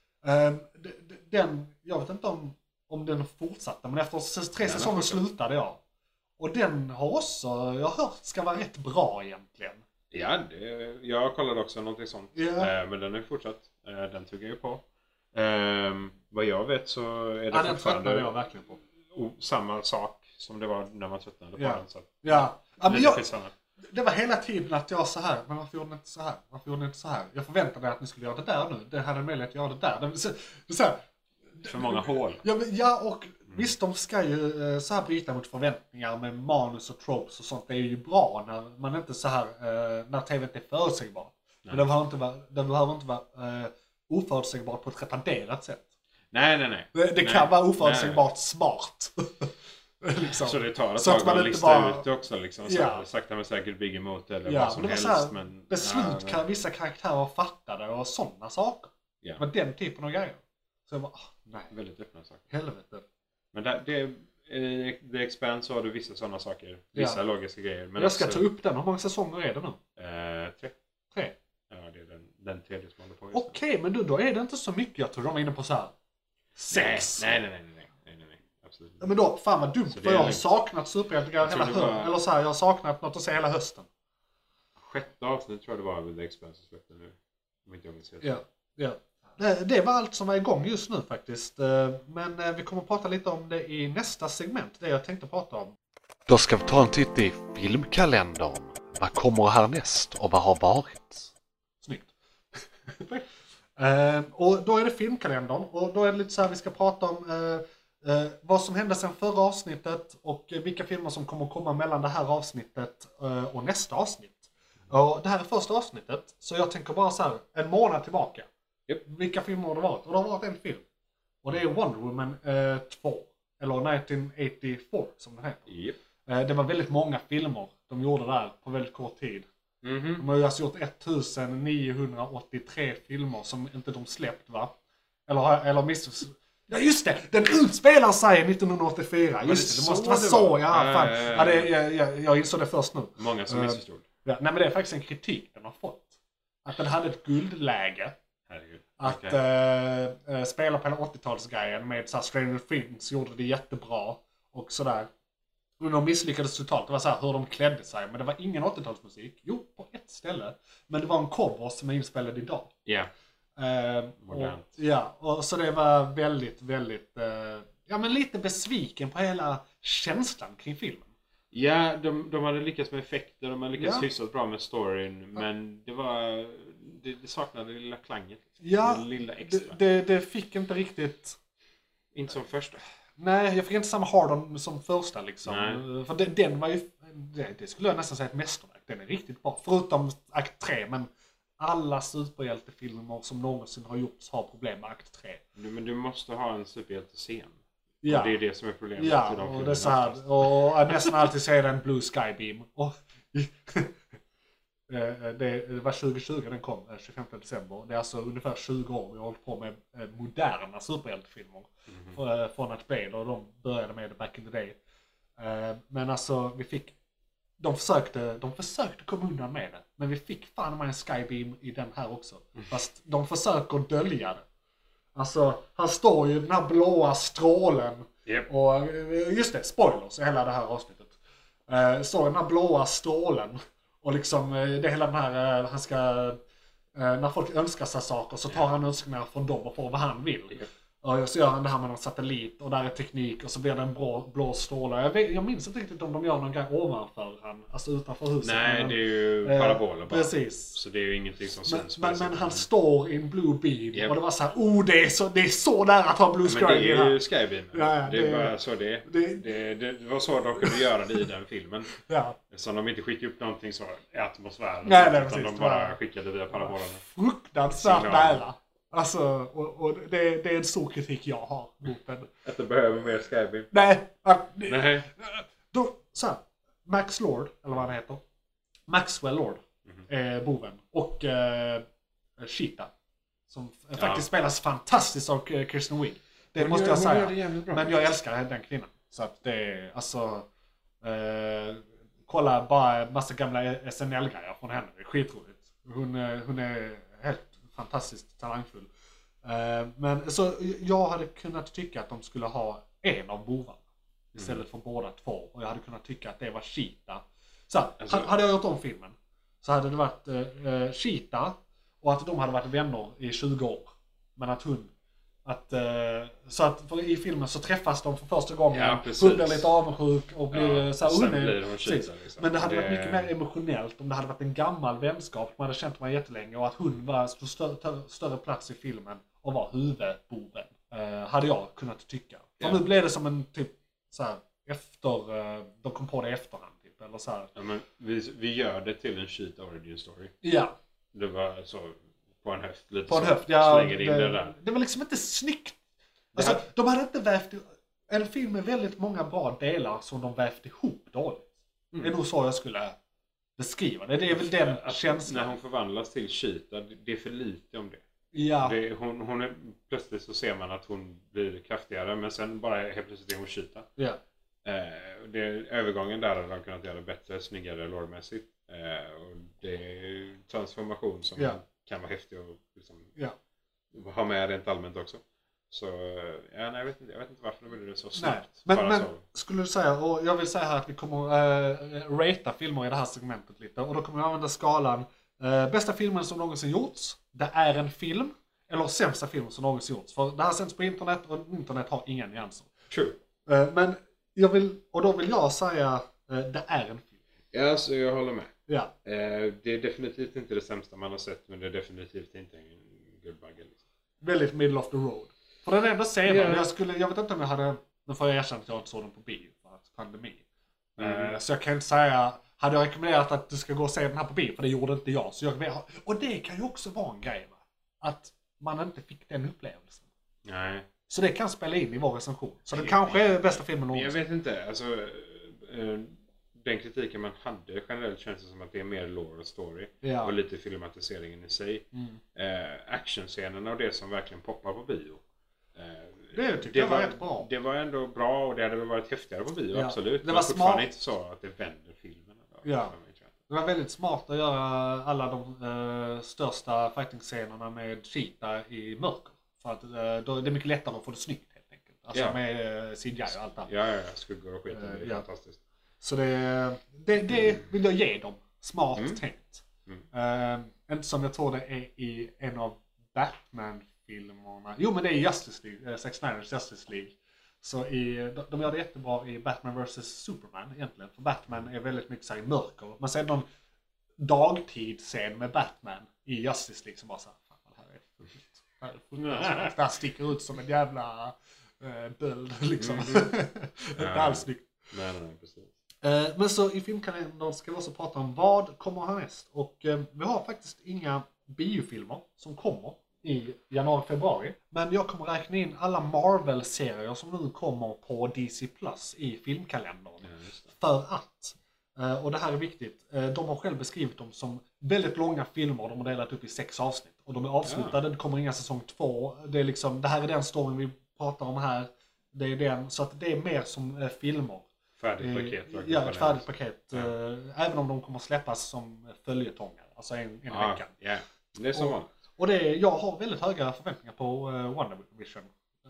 Den, jag vet inte om den fortsatte. Men efter 3 säsonger slutade jag. Och den har också, jag har hört, ska vara rätt bra egentligen. Ja, jag kollade också någonting sånt. Men den är fortsatt. Den tuggar ju på. Vad jag vet så är det fortfarande jag verkligen på. Samma sak som det var när man tröttnade på den. Så men det var hela tiden att jag så här, men varför gjorde ni inte så här? Varför gjorde ni inte så här? Jag förväntade mig att ni skulle göra det där nu. Det hade en möjlighet att göra det där. Det är så här, för många hål. Ja, och Visst, de ska ju så här bryta mot förväntningar med manus och tropes och sånt. Det är ju bra när man inte så här, när tv inte är förutsägbart. Men det behöver inte vara oförutsägbart på ett retarderat sätt. Nej. Det kan vara oförutsägbart smart. Liksom. Så det tar ett så tag att lista bara... ut det också liksom. Ja. Sakta men säkert bygga emot eller ja, vad som men helst. Här, men beslut kan vissa karaktärer fattade och sådana saker. Ja. Men den typen av grejer. Så jag bara, nej. Väldigt öppna saker. Helvete. Men The Expanse har du vissa sådana saker. Vissa logiska grejer. Men jag ska ta upp den. Hur många säsonger är det nu? 3. Ja, det är den tredje som håller på. Okej, men då är det inte så mycket. Jag tror de var inne på så här 6. Nej. Absolut. Ja, men då, fan vad dumt. För jag har saknat superhjältegrejer hela hösten. Var... Eller så här, jag har saknat något att se hela hösten. 6:e avsnitt tror jag det var The Expanse som släppte nu. Om inte jag minns helt. Ja. Det var allt som var igång just nu faktiskt. Men vi kommer att prata lite om det i nästa segment. Det jag tänkte prata om. Då ska vi ta en titt i filmkalendern. Vad kommer härnäst och vad har varit? Snyggt. Och då är det filmkalendern. Och då är det lite så här vi ska prata om vad som hände sedan förra avsnittet. Och vilka filmer som kommer att komma mellan det här avsnittet och nästa avsnitt. Och det här är första avsnittet. Så jag tänker bara så här, en månad tillbaka. Yep. Vilka filmer har det varit? Och det har varit en film. Och det är Wonder Woman 2. Eller 1984 som den heter. Yep. Det var väldigt många filmer de gjorde där på väldigt kort tid. De har ju alltså gjort 1983 filmer som inte de släppt, va? Eller ja just det! Den utspelar sig 1984. Just det måste vara så. Ja, fan. Jag insåg det först nu. Många som missförstod. Ja, nej, men det är faktiskt en kritik den har fått. Att den hade ett guldläge. Herregud. Att spela på hela 80-talsgrejen med så här, Stranger Things gjorde det jättebra. Och sådär. Men de misslyckades totalt. Det var så här hur de klädde sig. Men det var ingen 80-talsmusik. Jo, på ett ställe. Men det var en cover som är inspelad idag. Ja. Modernt. Och så det var väldigt, väldigt... men lite besviken på hela känslan kring filmen. Ja, de hade lyckats med effekter. De hade lyckats hyfsat bra med storyn. Men det var... Det saknade det lilla klanget. Ja, det lilla extra. Det fick inte riktigt... Inte som första. Nej, jag fick inte samma hard-on som första liksom. Nej. För den var ju... Det skulle jag nästan säga ett mästerverk. Den är riktigt bra. Förutom akt 3, men alla superhjältefilmer som någonsin har gjorts har problem med akt 3. Men du måste ha en superhjältescen. Ja. Och det är det som är problemet. Ja, och det är så här. Och nästan alltid så är det en Blue Sky Beam. Och det var 2020 den kom, 25 december. Det är alltså ungefär 20 år vi har hållit på med moderna superhjältefilmer. Från att Bale och de började med det back in the day. Men alltså de försökte komma undan med det. Men vi fick fan med en Skybeam i den här också. Fast de försöker dölja det. Alltså, han står ju i den här blåa strålen. Yep. Och just det, spoilers i hela det här avsnittet. Så den här blåa strålen. Och liksom, det är hela den här, han ska... när folk önskar sig saker så tar han önskningar från dem och får vad han vill. Yep. Och så gör han det här med någon satellit och där är teknik och så blir det en blå stråle. Jag minns inte riktigt om de gör någon grej ovanför han, alltså utanför huset. Nej, det är ju paraboler bara. Precis. Så det är ju ingenting som syns. Men han står i en blue beam och det var så här, det är så nära att ha blue sky. Men det är ju Skybeam. Ja, det är bara så det var så de kunde göra det i den filmen. Ja. Så de inte skickade upp någonting så i atmosfären. Nej, utan de bara skickade via parabolerna. Fruktansvärt nära. Alltså, och det är en stor kritik jag har mot den. Att det behöver mer Skybeam? Nej. Nej. Då, så här, Max Lord, eller vad han heter. Maxwell Lord är boven. Och Cheetah. Som faktiskt spelas fantastiskt av Kirsten Wiig. Det måste jag säga. Men jag älskar den kvinnan. Så att det är, alltså... kolla bara massa gamla SNL-grejer från henne. Det är skitroligt. Hon är helt fantastiskt talangfull. Men så jag hade kunnat tycka att de skulle ha en av bovarna istället för båda två. Och jag hade kunnat tycka att det var Cheetah. Så alltså, hade jag gjort om filmen så hade det varit Cheetah och att de hade varit vänner i 20 år. Men att så att för i filmen så träffas de för första gången. Ja, hon blir lite avundsjuk och blir så här, sen blir de Cheetah, liksom. Men det hade varit mycket mer emotionellt om det hade varit en gammal vänskap. Man hade känt mig jättelänge och att hon stod större plats i filmen och var huvudboven. Hade jag kunnat tycka. För nu blev det som en typ så här, de kom på det i efterhand typ, eller så här. Ja, men vi gör det till en cheat origin story. Ja. Det var så på en höft lite. På en så. höft, ja. Slänger in det där. Det var liksom inte snyggt. Alltså, de hade inte vävt en film med väldigt många bra delar som de vävt ihop dåligt. Det är nog så jag skulle beskriva det. Det är väl den känslan. När hon förvandlas till cheetah, det är för lite om det. Ja. Hon är, plötsligt så ser man att hon blir kraftigare, men sen bara helt plötsligt är hon cheetah. Ja. Övergången där hade de kunnat göra bättre, snyggare lårmässigt. Och det är transformation som kan vara häftig och liksom ha med rent allmänt också. Så nej, jag vet inte varför de gjorde det så snabbt. Men skulle du säga, och jag vill säga här att vi kommer ratea filmer i det här segmentet lite. Och då kommer vi använda skalan bästa filmen som någonsin gjorts. Det är en film. Eller sämsta filmen som någonsin gjorts. För det här sänds på internet och internet har inga nyanser. True. Men då vill jag säga det är en film. Ja, alltså jag håller med. Ja. Det är definitivt inte det sämsta man har sett, men det är definitivt inte en guldbagge. Liksom. Väldigt middle of the road. För den är ändå sevärd. Jag vet inte om jag hade... Nu får jag erkänna att jag inte såg den på bio för att pandemi. Så jag kan inte säga... Hade jag rekommenderat att du ska gå och se den här på bio? För det gjorde inte jag. Så och det kan ju också vara en grej, va? Att man inte fick den upplevelsen. Nej. Så det kan spela in i vår recension. Så det kanske är bästa filmen någonsin. Jag vet inte. Alltså, den kritiken man hade generellt känns det som att det är mer lore och story. Ja. Och lite filmatiseringen i sig. Actionscenerna och det som verkligen poppar på bio. Det tycker jag var rätt bra. Det var ändå bra och det hade väl varit häftigare på bio, absolut. Det var fortfarande inte så att det vänder filmen. Ja. Det var väldigt smart att göra alla de största fighting-scenerna med cheetah i mörker. För att då är det mycket lättare att få det snyggt helt enkelt. Alltså med CGI och allt det. Ja, skuggor och skit. Det är fantastiskt. Så det vill jag ge dem. Smart tänkt. Inte som jag tror det är i en av Batman-filmerna. Jo, men det är Justice League. Zack Snyder's Justice League. Så de gör det jättebra i Batman vs Superman egentligen. För Batman är väldigt mycket så här i mörker. Man ser någon dagtid-scen med Batman i Justice League som bara så här, fan det här är fullt. Det här sticker ut som en jävla böld liksom. Inte alls snyggt. Nej, precis. Men så i filmkalendern ska vi också prata om vad kommer härnäst. Och vi har faktiskt inga biofilmer som kommer i januari-februari. Men jag kommer räkna in alla Marvel-serier som nu kommer på DC Plus i filmkalendern. För att, och det här är viktigt, de har själv beskrivit dem som väldigt långa filmer. De har delat upp i 6 avsnitt. Och de är avslutade, det kommer inga säsong 2. Det är liksom, det här är den storyn vi pratar om här. Det är den, så att det är mer som filmer. Färdigt paket. Ja, ett färdigt paket. Även om de kommer släppas som följetongar. Alltså en vecka. Ja, det är så vanligt. Och jag har väldigt höga förväntningar på WandaVision.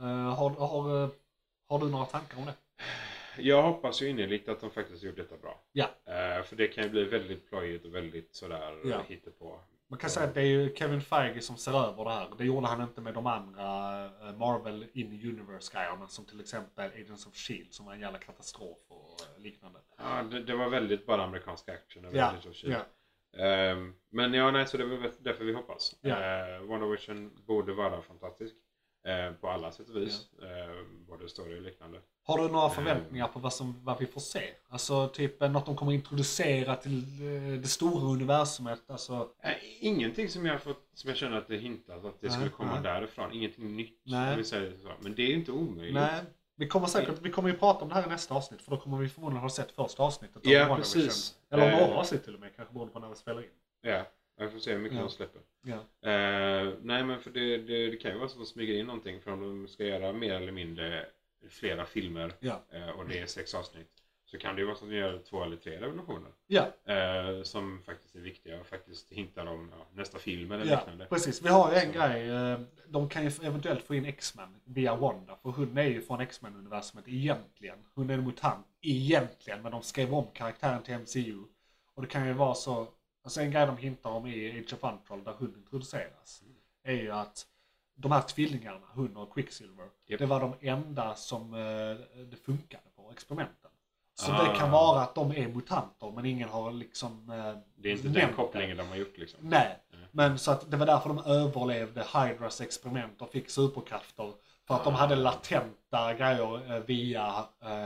Har du några tankar om det? Jag hoppas ju innerligt att de faktiskt gjort detta bra. Ja. För det kan ju bli väldigt plojigt och väldigt sådär hittepå. Man kan säga att det är ju Kevin Feige som ser över det här. Det gjorde han inte med de andra Marvel in Universe-grejerna. Som till exempel Agents of S.H.I.E.L.D. som var en jävla katastrof och liknande. Ja, det var väldigt bara amerikansk action över Agents of S.H.I.E.L.D. Men så det är väl därför vi hoppas. WandaVision borde vara fantastisk. På alla sätt och vis. Både story och liknande. Har du några förväntningar på vad vi får se? Alltså typ något de kommer introducera till det stora universumet? Alltså... Ingenting som jag känner att det hintat att det skulle komma därifrån. Ingenting nytt. Vi säger så. Men det är inte omöjligt. Nej. Vi kommer ju prata om det här i nästa avsnitt. För då kommer vi förmodligen ha sett första avsnittet av WandaVision. Precis. Eller några avsnitt till och med. Kanske beroende på när vi spelar in. Ja. Jag får se hur mycket de släpper. Nej, men för det kan ju vara så att de smyger in någonting. För om de ska göra mer eller mindre flera filmer och det är 6 avsnitt. Så kan det ju vara så att de gör 2 eller 3 revolutioner. Som faktiskt är viktiga och faktiskt hintar om nästa film eller liknande. Precis. Vi har ju en grej. De kan ju eventuellt få in X-Men via Wanda. För hon är ju från X-Men-universumet egentligen. Hon är en mutant egentligen. Men de skrev om karaktären till MCU. Och det kan ju vara så... Alltså en grej de hintar om i Age of Ultron där hon introduceras är ju att de här tvillingarna, hon och Quicksilver, det var de enda som det funkade på experimenten. Så det kan vara att de är mutanter men ingen har liksom det är inte den kopplingen de har gjort liksom. Nej, men så att det var därför de överlevde Hydras experiment och fick superkrafter. För att de hade latenta grejer via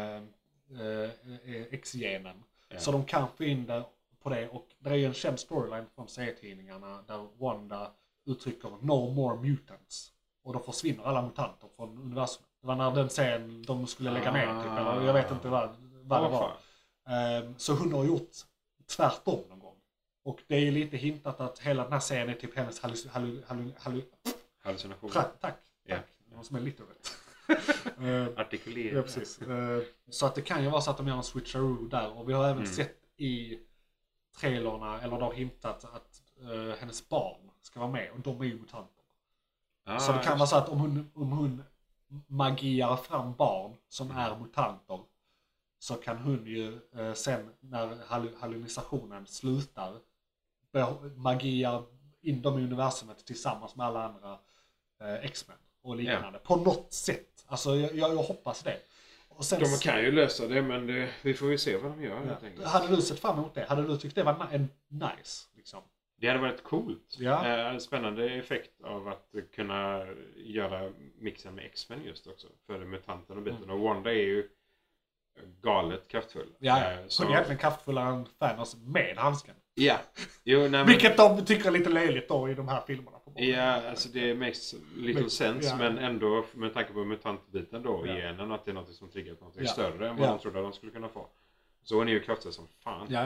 X-genen. Ja. Så de kan få in det på det. Och det är ju en känd storyline från serietidningarna där Wanda uttrycker "No more mutants". Och då försvinner alla mutanter från universum. Det var när den serien de skulle lägga ner typ, eller jag vet inte vad det var. Så hon har gjort tvärtom någon gång. Och det är lite hintat att hela den här serien är typ hennes hallucination. Tack. Ja. Någon som är literate. Artikulering. Ja, precis. Så att det kan ju vara så att de gör en switcheroo där. Och vi har även sett i trailerna, eller de hintat att hennes barn ska vara med. Och de är ju mutanter. Så det kan vara så att om hon magierar fram barn som är mutanter, så kan hon ju sen när hallucinationen slutar magia in dem i universumet tillsammans med alla andra X-Men och liknande. På något sätt. Alltså jag hoppas det. Och sen, de kan ju lösa det, men vi får ju se vad de gör. Ja. Hade du sett fram emot det? Hade du tyckt det var nice? Liksom? Det hade varit coolt. Ja. En spännande effekt av att kunna göra mixen med X-Men just också. För mutanten och biten. Och Wanda är ju galet kraftfull. Ja, hon är egentligen kraftfullare än Thanos med handsken. Ja. Jo, vilket de tycker är lite löjligt då i de här filmerna. Ja, alltså det makes little sense. Men ändå med tanke på mutantbiten då, genen, att det är något som triggat något större än vad de trodde att de skulle kunna få. Så hon är ju kraftfull som fan. Ja.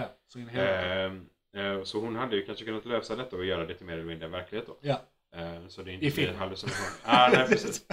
Så hon hade ju kanske kunnat lösa detta och göra det lite mer eller mindre verklighet då. Ja. Så det är inte blir hallucination. Nej, precis.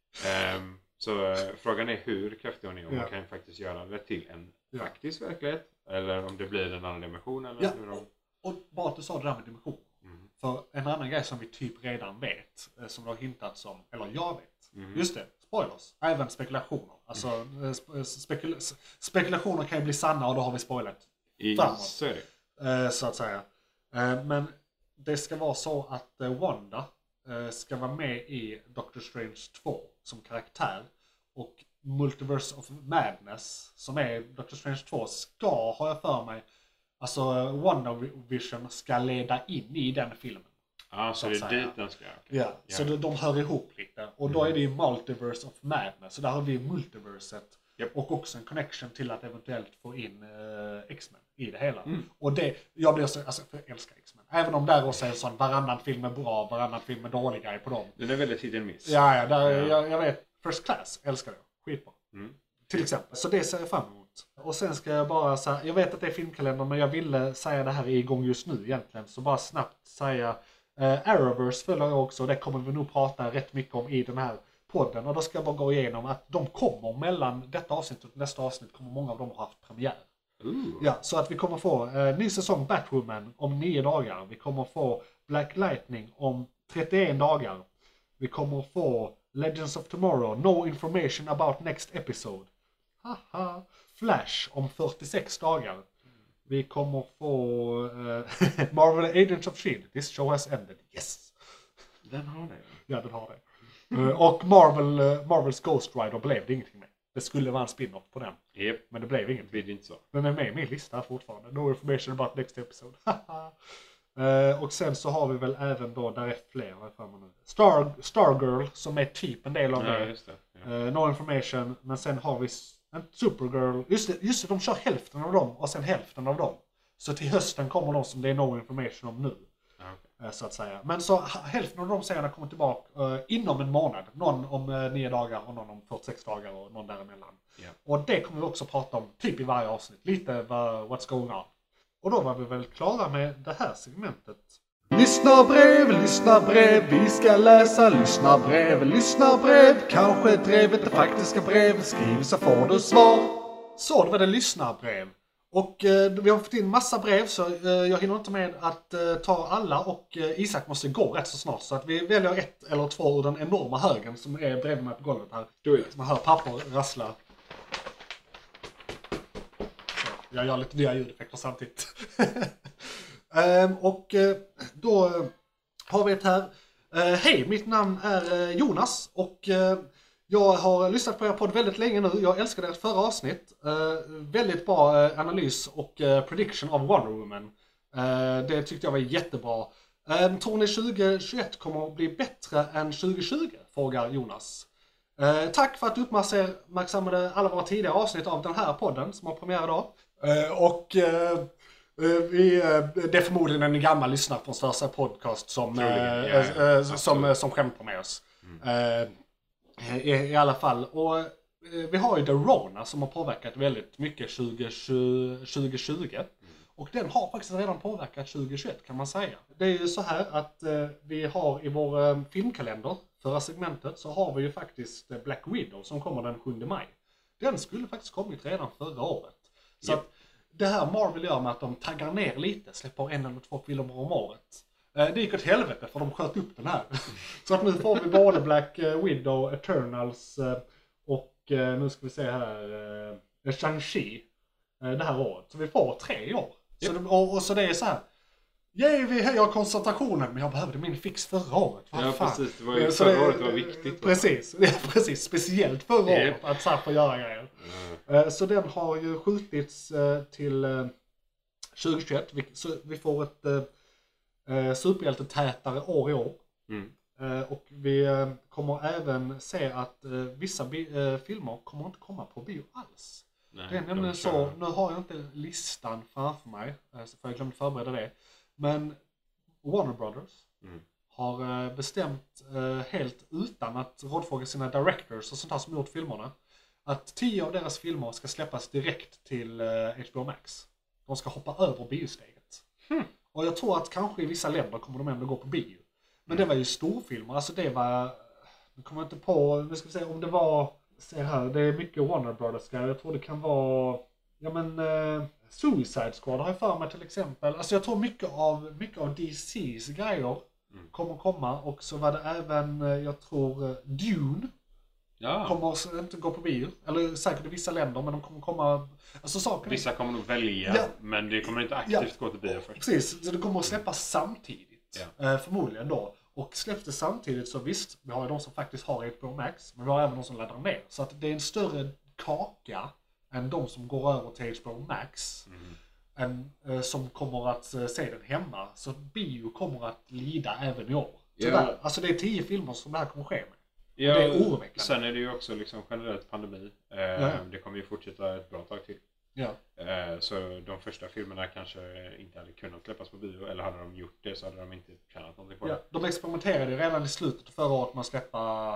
Så frågan är hur kraftig hon är. Om man kan faktiskt göra det till en faktisk verklighet. Eller om det blir en annan dimension. Eller hur och bara att du sa det där med dimension. För en annan grej som vi typ redan vet, som det har hintats om, eller jag vet. Just det, spoilers. Även spekulationer. Alltså spekulationer kan ju bli sanna och då har vi spoilat framåt. Så är det. Så att säga. Men det ska vara så att Wanda ska vara med i Doctor Strange 2 som karaktär. Och Multiverse of Madness, som är Doctor Strange 2, ska, har jag för mig, alltså WandaVision ska leda in i den filmen. Ja, så det är dit den ska. Okay. Ja, så de hör ihop lite. Och då är det ju Multiverse of Madness. Så där har vi multiverset. Och också en connection till att eventuellt få in X-Men i det hela. Och det, jag blir så, alltså jag älskar X-Men. Även om där också är en sån, varannan film är bra, varannan film är dålig grej på dem. Den är väldigt hit and miss. Ja, jag vet. First Class älskar jag. Skitbra. Till exempel. Så det ser jag fram emot. Och sen ska jag bara säga, jag vet att det är filmkalendern, men jag ville säga det här igång just nu egentligen. Så bara snabbt säga, Arrowverse följer jag också. Det kommer vi nog prata rätt mycket om i den här podden. Och då ska jag bara gå igenom att de kommer mellan detta avsnitt och nästa avsnitt kommer många av dem ha haft premiär. Ja, så att vi kommer få ny säsong Batwoman om 9 dagar. Vi kommer få Black Lightning om 31 dagar. Vi kommer få Legends of Tomorrow, no information about next episode. Haha. Flash om 46 dagar. Vi kommer få Marvel Agents of S.H.I.E.L.D. This show has ended. Yes! Den har det. Ja, den har det. Och Marvels Ghost Rider blev det ingenting med. Det skulle vara en spin-off på den. Yep. Men det blev inget. Det blir inte så. Den är med i min lista fortfarande. No information about next episode. Och sen så har vi väl även då, där är fler, vad fan nu. Stargirl som är typ en del av det. Just det. No information. Men sen har vi en Supergirl. Just det, de kör hälften av dem och sen hälften av dem. Så till hösten kommer de som det är no information om nu. Så att säga. Men så hälften av de serierna kommer tillbaka inom en månad. Någon om 9 dagar och någon om 46 dagar och någon däremellan. Yeah. Och det kommer vi också prata om typ i varje avsnitt. Lite what's going on. Och då var vi väl klara med det här segmentet. Lyssnarbrev, vi ska läsa lyssnarbrev. Kanske drevet det faktiska brev, skriv så får du svar. Så, det var det lyssnarbrev. Och vi har fått in massa brev så jag hinner inte med att ta alla och Isak måste gå rätt så snart. Så att vi väljer 1 eller 2 ur den enorma högen som är bredvid mig på golvet här. Man hör papper rassla. Så, jag gör lite nya ljudeffekter samtidigt. Och då har vi ett här. Hej, mitt namn är Jonas och jag har lyssnat på er podd väldigt länge nu. Jag älskade ert förra avsnitt. Väldigt bra analys och prediction av Wonder Woman. Det tyckte jag var jättebra. Tror ni 2021 kommer att bli bättre än 2020? Frågar Jonas. Tack för att du uppmärksammade alla våra tidigare avsnitt av den här podden som har premiär idag. Det är förmodligen en gammal lyssnare från Största Podcast som skämtar med oss. I alla fall. Och vi har ju The Rona som har påverkat väldigt mycket 2020. Och den har faktiskt redan påverkat 2021 kan man säga. Det är ju så här att vi har i vår filmkalender, förra segmentet, så har vi ju faktiskt Black Widow som kommer den 7 maj. Den skulle faktiskt kommit redan förra året. Så att det här Marvel gör med att de taggar ner lite, släpper 1 eller 2 filmer om året. Det gick åt helvete för de sköt upp den här. Så att nu får vi både Black Widow, Eternals och nu ska vi se här, Shang-Chi det här året. Så vi får 3 i år. Så det är så här. Vi höjer koncentrationen, men jag behövde min fix förra året. Precis. Det var ju förra året var viktigt. Precis. Speciellt förra året att så här få göra grejer. Så den har ju skjutits till 2021. Så vi får ett superhjältetätare år i år. Och vi kommer även se att vissa filmer kommer inte komma på bio alls. Nej, det är nämligen så, nu har jag inte listan framför mig, så får jag glömma förbereda det. Men Warner Brothers har bestämt helt utan att rådfråga sina directors och sånt här som gjort filmerna, att 10 av deras filmer ska släppas direkt till HBO Max. De ska hoppa över biosteget. Och jag tror att kanske i vissa länder kommer de ändå gå på bio. Men det var ju storfilmer, alltså det var, nu kommer jag inte på, nu ska vi se om det var, se här, det är mycket Warner Brothers grejer. Jag tror det kan vara, Suicide Squad har jag för mig till exempel. Alltså jag tror mycket av DC's grejer kommer komma. Och så var det även, jag tror, Dune. Kommer inte gå på bio. Eller säkert i vissa länder, men de kommer komma. Alltså vissa kommer nog välja, men det kommer inte aktivt gå till bio först. Precis, så det kommer att släppas samtidigt. Förmodligen då. Och släpps det samtidigt så visst, vi har ju de som faktiskt har HBO Max, men vi har även de som laddar ner. Så att det är en större kaka än de som går över till HBO Max. Som kommer att se den hemma. Så bio kommer att lida även i år. Tyvärr. Alltså det är 10 filmer som det här kommer ske med. Ja, det är oroväckande. Sen är det ju också liksom generellt pandemi. Det kommer ju fortsätta ett bra tag till. Så de första filmerna kanske inte hade kunnat släppas på bio, eller hade de gjort det så hade de inte tjänat någonting på det. De experimenterade redan i slutet av förra året med att släppa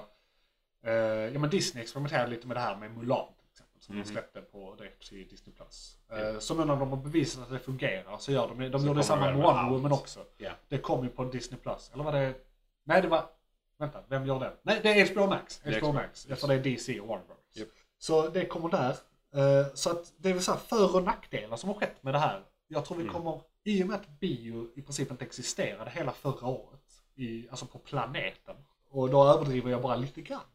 Disney experimenterade lite med det här med Mulan till exempel, som de släppte direkt till Disney Plus. Som när de har bevisat att det fungerar så gör de gjorde samma med Wonder Woman också. Det kom ju på Disney Plus. Eller var det, nej det var, vänta, vem gör det? Nej, det är HBO Max. HBO Max. För det är DC och Warner Brothers. Så det kommer där. Så att det är väl så här för- och nackdelar som har skett med det här. Jag tror vi kommer, i och med att bio i princip inte existerade hela förra året. Alltså på planeten. Och då överdriver jag bara lite grann.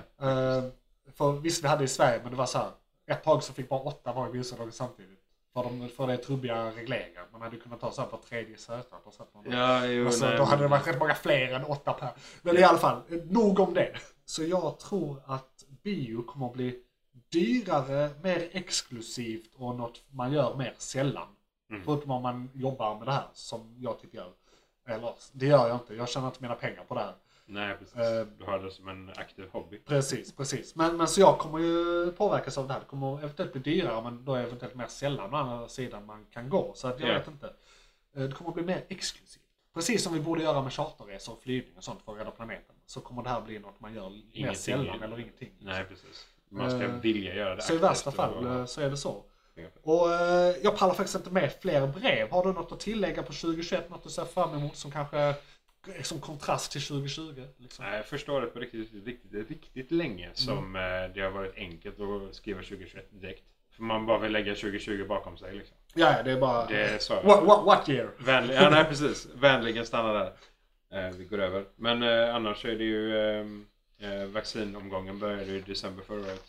För visst vi hade i Sverige, men det var så här. Ett tag så fick bara 8 vara i biosalongen samtidigt. För det trubbiga regleringar. Man hade kunnat ta så här på 3D sötar. Då hade det varit rätt många fler än 8 per. Men i alla fall, nog om det. Så jag tror att bio kommer att bli dyrare, mer exklusivt och något man gör mer sällan. Förutom om man jobbar med det här som jag typ gör. Eller, det gör jag inte. Jag tjänar inte mina pengar på det här. Nej, precis. Du har det som en aktiv hobby. Precis. Men så jag kommer ju påverkas av det här. Det kommer eventuellt bli dyrare, men då är det eventuellt mer sällan på andra sidan man kan gå. Så att jag vet inte. Det kommer att bli mer exklusivt. Precis som vi borde göra med charterresor och flygning och sånt för att rädda planeten. Så kommer det här bli något man gör mer sällan eller ingenting. Nej, precis. Man ska vilja göra det. Så i värsta fall så är det så. Och jag pallar faktiskt inte med fler brev. Har du något att tillägga på 2021? Något att se fram emot som kanske som kontrast till 2020? Liksom? Nej, första året på riktigt länge som det har varit enkelt att skriva 2021 direkt. För man bara vill lägga 2020 bakom sig liksom. Ja, det är bara... Det är så. What year? Nej, precis. Vänligen stanna där. Vi går över. Men annars är det ju vaccinomgången började i december förra året.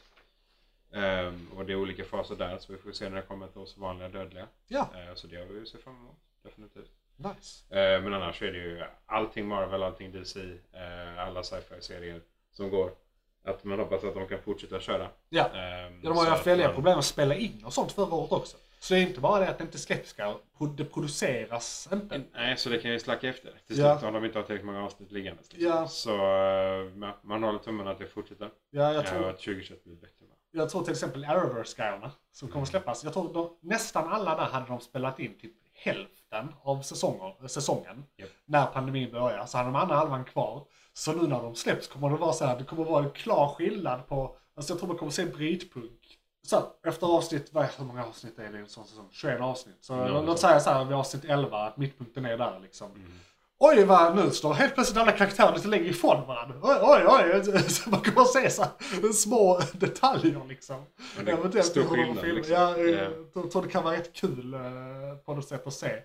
Och det är olika faser där, så vi får se när det kommer till oss vanliga dödliga. Så det har vi ju sett fram emot, definitivt. Nice. Men annars är det ju allting Marvel, allting DC, alla sci-fi-serier som går. Att man hoppas att de kan fortsätta köra. De har ju haft väldiga problem att spela in och sånt förra året också. Så det är inte bara det att det inte släpps, det produceras inte. Nej, så det kan ju slacka efter. Till slut om de inte har tillräckligt många avsnitt liggande. Liksom. Ja. Så man håller tummen att det fortsätter. Ja, jag tror att 2021 blir bättre. Jag tror till exempel Arrowverse-grejerna som kommer släppas. Jag tror nästan alla där hade de spelat in typ hälften av säsongen. Yep. När pandemin börjar. Så hade de andra halvan kvar. Så nu när de släpps kommer det vara så här. Det kommer vara en klar skillnad på. Alltså jag tror man kommer se brytpunkt. Så efter avsnitt, hur många avsnitt är det i en sån säsong? 21 avsnitt. Så låt säga så här vid avsnitt 11 att mittpunkten är där liksom. Oj vad nu står helt plötsligt alla karaktärer lite längre ifrån varandra. Oj. Så man kommer se så här, små detaljer liksom. Det är stor skillnad. Liksom. Jag tror det kan vara rätt kul på något sätt att se.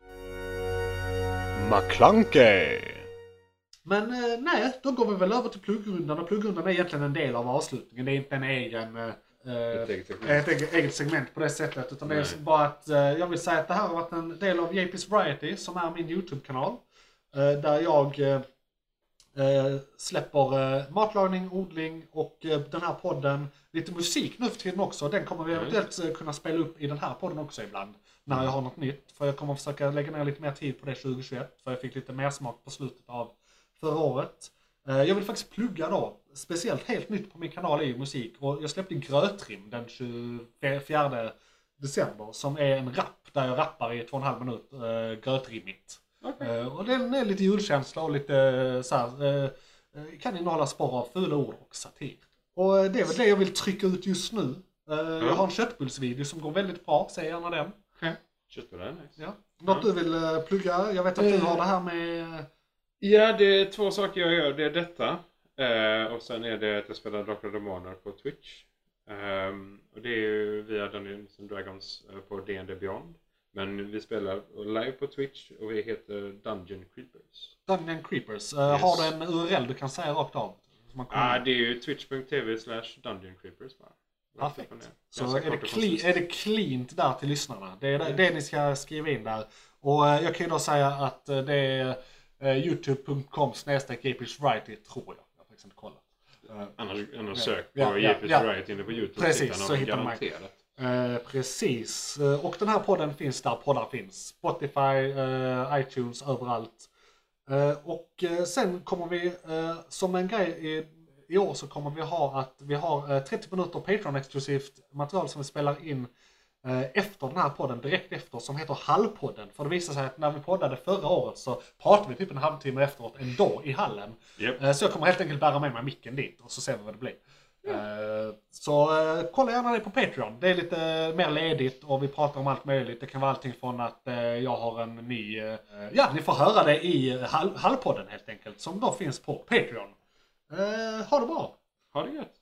McClunkey. Men nej, då går vi väl över till pluggrundan. Och pluggrundan är egentligen en del av avslutningen. Det är inte en egen... ett eget segment på det sättet. Utan det är bara att jag vill säga att det här har varit en del av JP's Variety som är min YouTube-kanal. Där jag släpper matlagning, odling och den här podden. Lite musik nu för tiden också. Den kommer vi eventuellt kunna spela upp i den här podden också ibland. När jag har något nytt. För jag kommer försöka lägga ner lite mer tid på det 2021. För jag fick lite mer smak på slutet av förra året. Jag vill faktiskt plugga då. Speciellt helt nytt på min kanal är ju musik. Och jag släppte Grötrim den 24 december. Som är en rap där jag rappar i 2,5 minut. Grötrimmigt. Okay. Och den är lite julkänsla och lite så här, kan innehålla spår av fula ord och satir. Och det är väl det jag vill trycka ut just nu. Jag har en köttbullsvideo som går väldigt bra, säg gärna den. Köttbullar, nice. Ja. Något du vill plugga? Jag vet att du har det här med... Ja, det är 2 saker jag gör. Det är detta. Och sen är det att jag spelar Drakar och Demoner på Twitch. Och det är ju via Dungeons and Dragons på D&D Beyond. Men vi spelar live på Twitch och vi heter Dungeon Creepers. Dungeon Creepers. Yes. Har du en URL du kan säga rakt av? Det är ju twitch.tv/Dungeon Creepers bara. Perfekt. Så är det cleant där till lyssnarna. Det är det ni ska skriva in där. Och jag kan ju då säga att det är youtube.com/JP'sVariety tror jag. Jag har faktiskt inte kollat. Annars sök på JP's Variety inne på YouTube. Precis, så hittar man precis. Och den här podden finns där poddar finns. Spotify, iTunes, överallt. Och sen kommer vi, som en grej i år så kommer vi har 30 minuter Patreon-exklusivt material som vi spelar in efter den här podden, direkt efter, som heter Hallpodden. För det visar sig att när vi poddade förra året så pratade vi typ en halvtimme efteråt ändå i hallen. Yep. Så jag kommer helt enkelt bära med mig micken dit och så ser vi vad det blir. Så kolla gärna det på Patreon. Det är lite mer ledigt och vi pratar om allt möjligt. Det kan vara allting från att jag har en ny... ni får höra det i Hallpodden helt enkelt, som då finns på Patreon. Ha det bra! Ha det gött!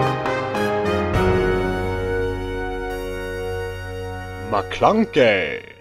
McClunkey.